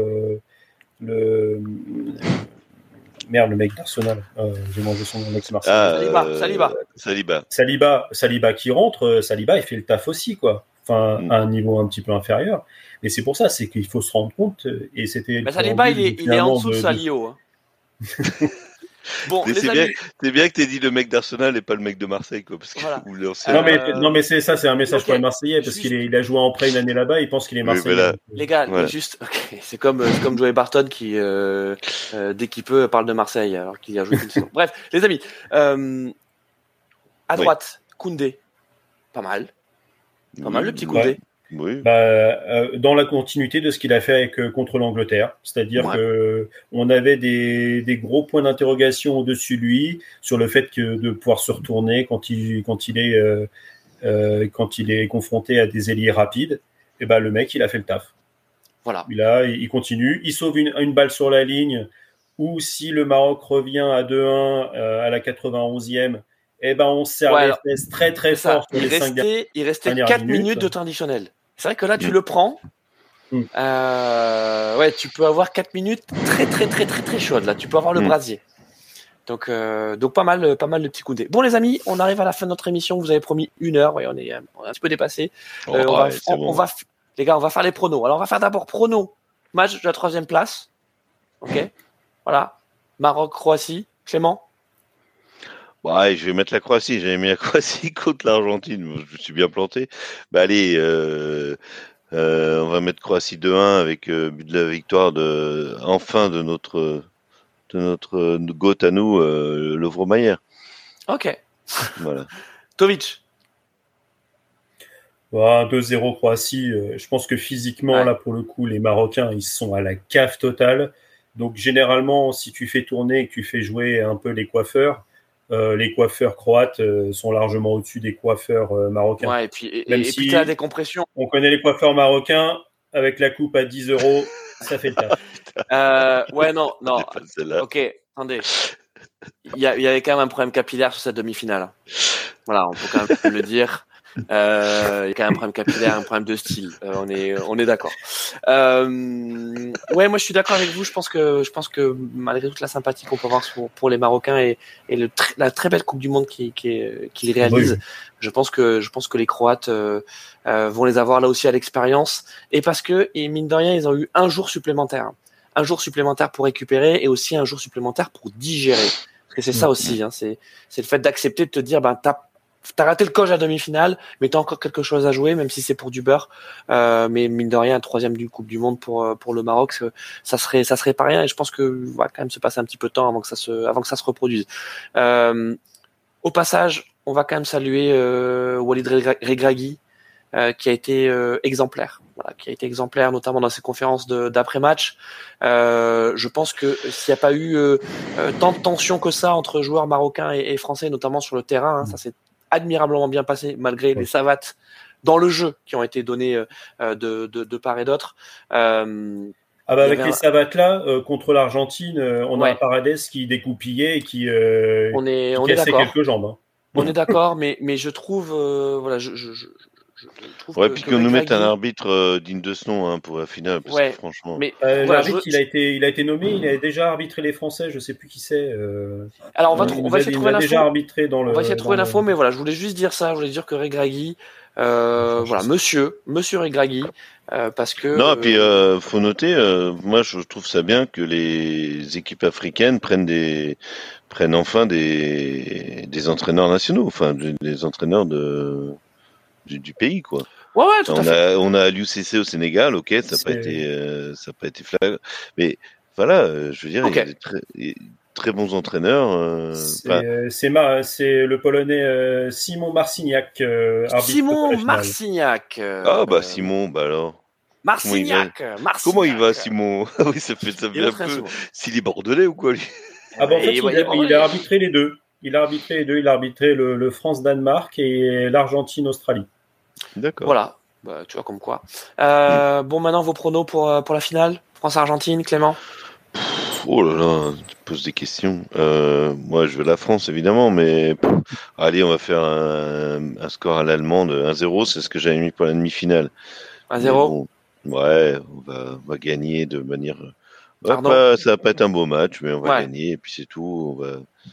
le mec d'Arsenal, j'ai mangé son ex-Marseille. Saliba qui rentre, Saliba il fait le taf aussi, quoi. Enfin, à un niveau un petit peu inférieur. Mais c'est pour ça, c'est qu'il faut se rendre compte. Et c'était. Saliba, il est en dessous de Salio. Hein. Bon, c'est bien que t'aies dit le mec d'Arsenal et pas le mec de Marseille, quoi. Parce que non, mais c'est ça, c'est un message pour les Marseillais, parce qu'il a joué en prêt une année là-bas, il pense qu'il est Marseillais. Voilà. Les gars, c'est comme Joey Barton qui, dès qu'il peut, parle de Marseille, alors qu'il a joué une saison. Bref, les amis, à droite, Koundé, pas mal le petit Koundé. Oui. Dans la continuité de ce qu'il a fait contre l'Angleterre, c'est-à-dire que on avait des gros points d'interrogation au-dessus de lui sur le fait de pouvoir se retourner quand il est confronté à des ailiers rapides. Et le mec, il a fait le taf. Voilà. Il continue, il sauve une balle sur la ligne, ou si le Maroc revient à 2-1 à la 91e, on se serre les fesses très très fort pour les 5 dernières minutes. Il restait 4 minutes de temps additionnel. C'est vrai que là, tu le prends. Tu peux avoir 4 minutes très, très, très, très, très chaudes. Là, tu peux avoir le brasier. Donc pas mal de petits Koundé. Bon, les amis, on arrive à la fin de notre émission. Vous avez promis 1 heure. On est un petit peu dépassé. Les gars, on va faire les pronos. Alors, on va faire d'abord pronos. Match de la 3e place. OK. Voilà. Maroc-Croatie. Clément? Je vais mettre la Croatie. J'avais mis la Croatie contre l'Argentine. Je me suis bien planté. Allez, on va mettre Croatie 2-1 avec but de la victoire de notre GOAT à nous, Lovro Mayer. Ok. Voilà. Tovic. 2-0 Croatie. Je pense que physiquement, là, pour le coup, les Marocains, ils sont à la cave totale. Donc, généralement, si tu fais tourner et que tu fais jouer un peu les coiffeurs croates sont largement au-dessus des coiffeurs marocains. Ouais, et puis tu as des compressions. On connaît les coiffeurs marocains, avec la coupe à 10 €, ça fait le taf. Non. Ok, attendez. Il y avait quand même un problème capillaire sur cette demi-finale. Voilà, on peut quand même le dire. Il y a quand même un problème capillaire, un problème de style. On est d'accord. Moi je suis d'accord avec vous. Je pense que malgré toute la sympathie qu'on peut avoir pour les Marocains et la très belle Coupe du Monde qu'ils réalisent, je pense que les Croates vont les avoir là aussi à l'expérience, et parce que mine de rien ils ont eu un jour supplémentaire pour récupérer et aussi un jour supplémentaire pour digérer. Parce que c'est ça aussi, hein, c'est le fait d'accepter de te dire, t'as raté le coche à demi-finale, mais t'as encore quelque chose à jouer, même si c'est pour du beurre. Mais mine de rien, un 3e du Coupe du Monde pour le Maroc, ça serait pas rien. Et je pense que va quand même se passer un petit peu de temps avant que ça se reproduise. Au passage, on va quand même saluer Walid Regragui, qui a été exemplaire. Voilà, qui a été exemplaire, notamment dans ses conférences d'après-match. Je pense que s'il n'y a pas eu tant de tension que ça entre joueurs marocains et français, notamment sur le terrain, ça s'est admirablement bien passé, malgré les savates dans le jeu qui ont été données de part et d'autre. Avec les savates là, contre l'Argentine, on a un Paredes qui découpillait et qui cassait quelques jambes. Hein. On est d'accord, mais je trouve, puis qu'on nous mette un arbitre digne de ce nom pour la finale, parce que franchement. Mais l'arbitre, il a été nommé, il a déjà arbitré les Français, je sais plus qui c'est. Alors on va essayer de trouver l'info. Déjà arbitré dans le. On va essayer de trouver l'info, mais voilà, je voulais juste dire ça. Je voulais dire que Regragui, Monsieur Regragui, parce que. Non, et puis faut noter, moi je trouve ça bien que les équipes africaines prennent enfin des entraîneurs nationaux, enfin des entraîneurs du pays, quoi. Ouais, tout à fait. On a l'UCC au Sénégal, ok, ça n'a pas été flagrant, mais voilà, je veux dire, il y a des très bons entraîneurs. C'est le Polonais Simon Marcignac. Simon Marcignac. Simon, alors. Comment il va, Simon? Oui, ça fait un peu. S'il est bordelais ou quoi, lui? En fait, il a arbitré les deux. Il a arbitré le France-Danemark et l'Argentine-Australie. D'accord. Voilà, tu vois comme quoi. Bon, maintenant vos pronos pour la finale, France-Argentine, Clément. Oh là là, tu poses des questions. Moi, je veux la France, évidemment, mais allez, on va faire un score à l'allemande. 1-0, c'est ce que j'avais mis pour la demi-finale. 1-0 ouais, on va gagner de manière... ça va pas être un beau match, mais on va gagner, et puis c'est tout.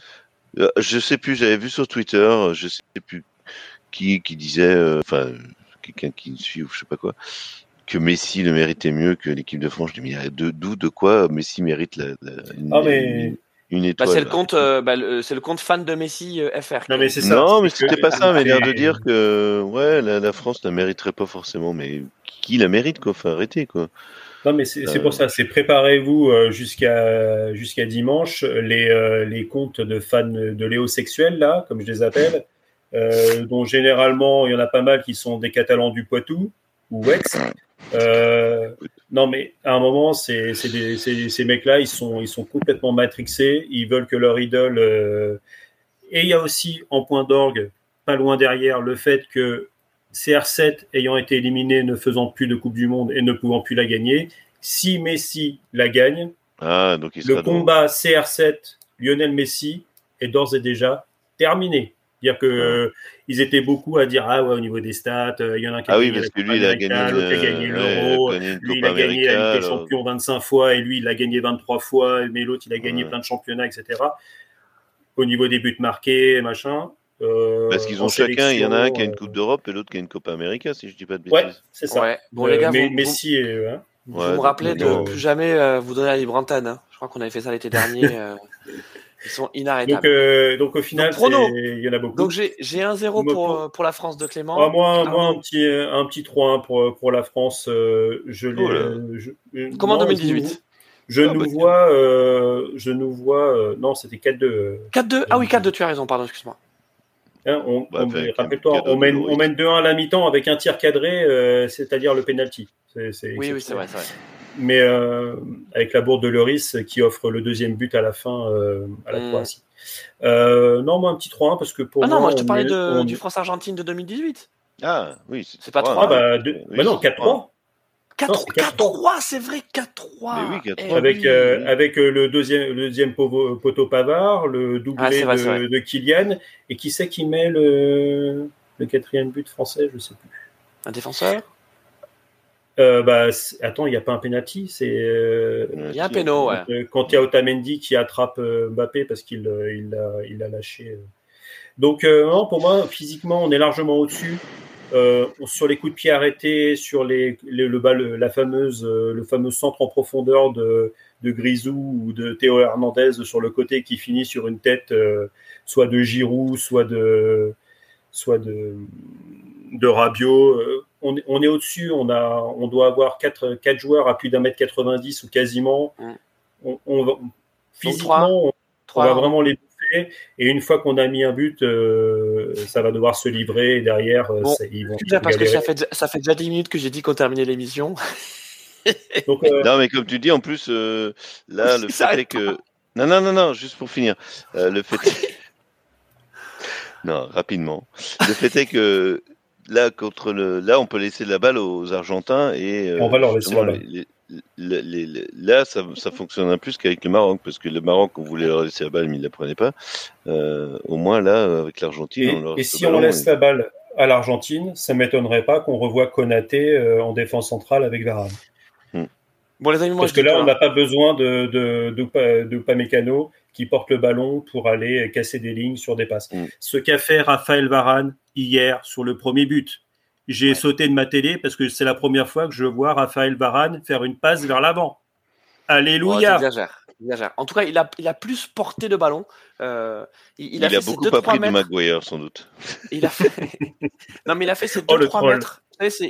Je sais plus, j'avais vu sur Twitter, je sais plus qui disait, quelqu'un qui me suit ou je sais pas quoi, que Messi le méritait mieux que l'équipe de France. Je dis, mais de quoi Messi mérite une étoile? C'est le compte fan de Messi FR. Non, mais c'est ça. Non, mais c'était pas ça, mais l'air de dire que la France ne mériterait pas forcément, mais qui la mérite, quoi? Enfin, arrêtez, quoi. Non, mais c'est pour ça. C'est préparez-vous jusqu'à dimanche. Les comptes de fans de léosexuels, là, comme je les appelle, dont généralement il y en a pas mal qui sont des Catalans du Poitou ou Wex. Non, mais à un moment, ces mecs-là, ils sont complètement matrixés. Ils veulent que leur idole. Et il y a aussi en point d'orgue, pas loin derrière, le fait que CR7 ayant été éliminé, ne faisant plus de Coupe du Monde et ne pouvant plus la gagner, si Messi la gagne, donc le combat CR7 Lionel Messi est d'ores et déjà terminé. C'est-à-dire que ils étaient beaucoup à dire au niveau des stats, il y en a un qui a gagné parce que lui il a gagné l'Euro, lui il a gagné la Ligue des Champions 25 fois et lui il l'a gagné 23 fois, mais l'autre il a gagné plein de championnats, etc. Au niveau des buts marqués, machin. Parce qu'ils ont chacun, il y en a un qui a une Coupe d'Europe et l'autre qui a une Copa América, si je dis pas de bêtises. Ouais, c'est ça. Ouais. Bon les gars, Messi vous me rappelez de plus jamais vous donner la libre antenne. Je crois qu'on avait fait ça l'été dernier. Ils sont inarrêtables. Donc au final, il y en a beaucoup. Donc j'ai 1-0 pour la France de Clément. Moi un petit 3-1 pour la France. Comment 2018 Je nous vois. Non, c'était 4-2. 4-2. Ah oui, 4-2. Tu as raison. Pardon, excuse-moi. Rappelle-toi, on mène 2-1 à la mi-temps avec un tir cadré, c'est-à-dire le penalty. Oui, c'est vrai. Mais avec la bourde de Lloris qui offre le deuxième but à la fin à la Croatie. Non, moi un petit 3-1 parce que pour moi. Ah non, moi je te parlais du France-Argentine de 2018. Ah oui, c'est pas 3. Non, 4-3. 4-3, c'est vrai, 4-3. Mais oui, 4-3. Avec le deuxième poteau Pavard, le doublé de Kylian, et qui c'est qui met le quatrième but français, je sais plus. Un défenseur? Attends, il n'y a pas un penalty, il y a un péno, ouais. Quand il y a Otamendi qui attrape Mbappé parce qu'il l'a lâché. Donc non, pour moi, physiquement, on est largement au-dessus. sur les coups de pied arrêtés, sur le fameux centre en profondeur de Grisou ou de Théo Hernandez sur le côté qui finit sur une tête soit de Giroud, soit de Rabiot. On est au-dessus, on doit avoir 4 joueurs à plus d'1m90 ou quasiment. Physiquement, on va vraiment les bouffer. Et une fois qu'on a mis un but, ça va devoir se livrer. Et derrière, ils vont parce que ça fait déjà 10 minutes que j'ai dit qu'on terminait l'émission. Donc, non, mais comme tu dis, en plus, là, le fait est que... Non, juste pour finir. Le fait Non, rapidement. Le fait est que là, là, on peut laisser la balle aux Argentins et on va leur laisser la balle. Là, ça fonctionne plus qu'avec le Maroc, parce que le Maroc, on voulait leur laisser la balle, mais ils ne la prenaient pas. Au moins, là, avec l'Argentine... Et si on laisse la balle à l'Argentine, ça ne m'étonnerait pas qu'on revoie Konaté en défense centrale avec Varane. Bon, les amis, moi, parce que là, on n'a pas besoin de Upamecano qui porte le ballon pour aller casser des lignes sur des passes. Ce qu'a fait Raphaël Varane hier sur le premier but, j'ai sauté de ma télé parce que c'est la première fois que je vois Raphaël Varane faire une passe vers l'avant. Alléluia. Exagère. En tout cas, il a plus porté le ballon. Il a beaucoup appris de Maguire, sans doute. Il a fait... Non, mais il a fait ces 2-3 mètres. Vous savez,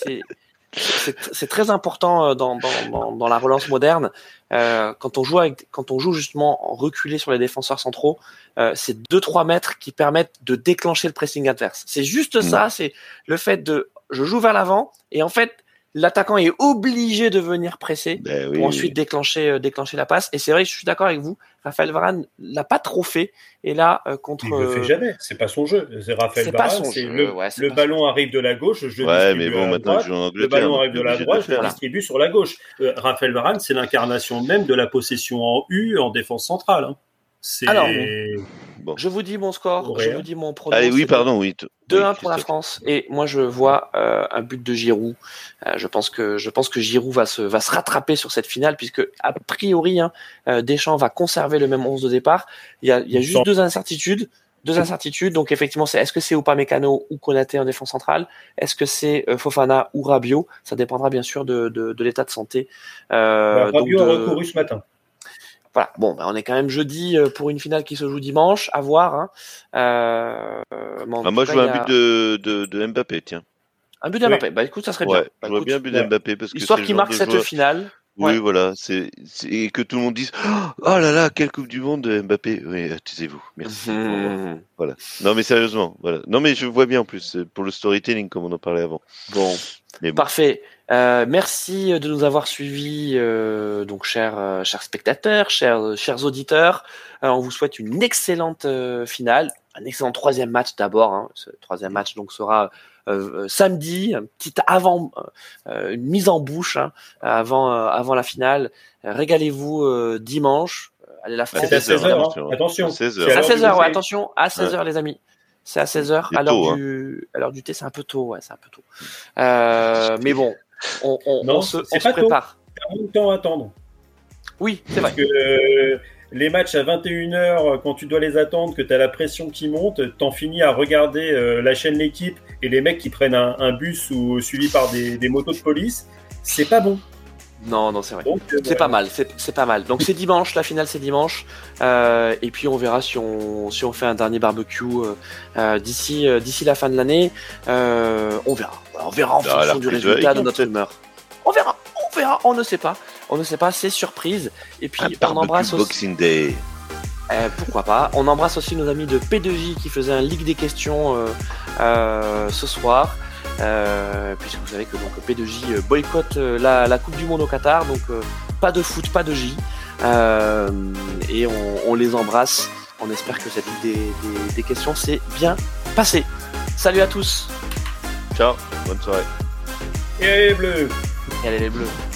c'est très important dans la relance moderne. Quand on joue justement reculé sur les défenseurs centraux, c'est 2-3 mètres qui permettent de déclencher le pressing adverse. C'est juste ça, c'est le fait je joue vers l'avant et en fait l'attaquant est obligé de venir presser pour ensuite déclencher la passe. Et c'est vrai que je suis d'accord avec vous, Raphaël Varane l'a pas trop fait. Et là, contre... Il le fait jamais, c'est pas son jeu. C'est Raphaël Varane, le ballon arrive de la gauche, je le distribue à la droite. Le ballon arrive de la droite, je le distribue sur la gauche. Raphaël Varane, c'est l'incarnation même de la possession en U en défense centrale. Alors, je vous dis mon score, je vous dis mon pronostic. Allez, oui, pardon, oui. 2-1 pour la France. Et moi, je vois un but de Giroud. Je pense que Giroud va se rattraper sur cette finale, puisque a priori, Deschamps va conserver le même 11 de départ. Il y a juste deux incertitudes. Donc effectivement, est-ce que c'est Upamecano ou Konaté en défense centrale? Est-ce que c'est Fofana ou Rabiot? Ça dépendra bien sûr de l'état de santé. Rabiot a recouru ce matin. Voilà. Bon, on est quand même jeudi pour une finale qui se joue dimanche. À voir. Moi, je veux un but de Mbappé, tiens. Un but de Mbappé. Bah écoute, ça serait bien. Je vois bien un but de Mbappé parce que histoire qu'il marque cette finale. Oui, voilà. Et que tout le monde dise oh là là, quelle Coupe du Monde de Mbappé. Oui, taisez-vous. Merci. Voilà. Non, mais sérieusement, voilà. Non, mais je vois bien en plus pour le storytelling comme on en parlait avant. Bon. Parfait. Merci de nous avoir suivis, donc chers spectateurs, chers auditeurs. On vous souhaite une excellente finale, un excellent troisième match d'abord. Ce troisième match donc sera samedi, une mise en bouche avant la finale. Régalez-vous dimanche. Allez la France. C'est à 16h. Attention. C'est à 16h. Ouais, attention. À 16h les amis. C'est à 16h. À l'heure du thé, c'est un peu tôt. Ouais, c'est un peu tôt. Mais bon. On se prépare. Il y a longtemps à attendre. Oui, c'est vrai. Parce que les matchs à 21h, quand tu dois les attendre, que tu as la pression qui monte, t'en finis à regarder la chaîne L'équipe et les mecs qui prennent un bus ou suivis par des motos de police. C'est pas bon. Non, c'est vrai. Donc, c'est pas mal. C'est pas mal. Donc c'est dimanche, la finale c'est dimanche. Et puis on verra si on fait un dernier barbecue d'ici la fin de l'année. On verra. On verra en fonction du résultat de notre humeur. On verra. On ne sait pas. C'est surprise. Et puis on embrasse aussi. Boxing Day. Pourquoi pas. On embrasse aussi nos amis de P2J qui faisaient un Ligue des questions ce soir. Puisque vous savez que donc P2J boycotte la Coupe du Monde au Qatar, donc pas de foot, pas de J, et on les embrasse. On espère que cette Ligue des questions s'est bien passée. Salut à tous. Ciao, bonne soirée. Et allez les Bleus. Et allez les Bleus.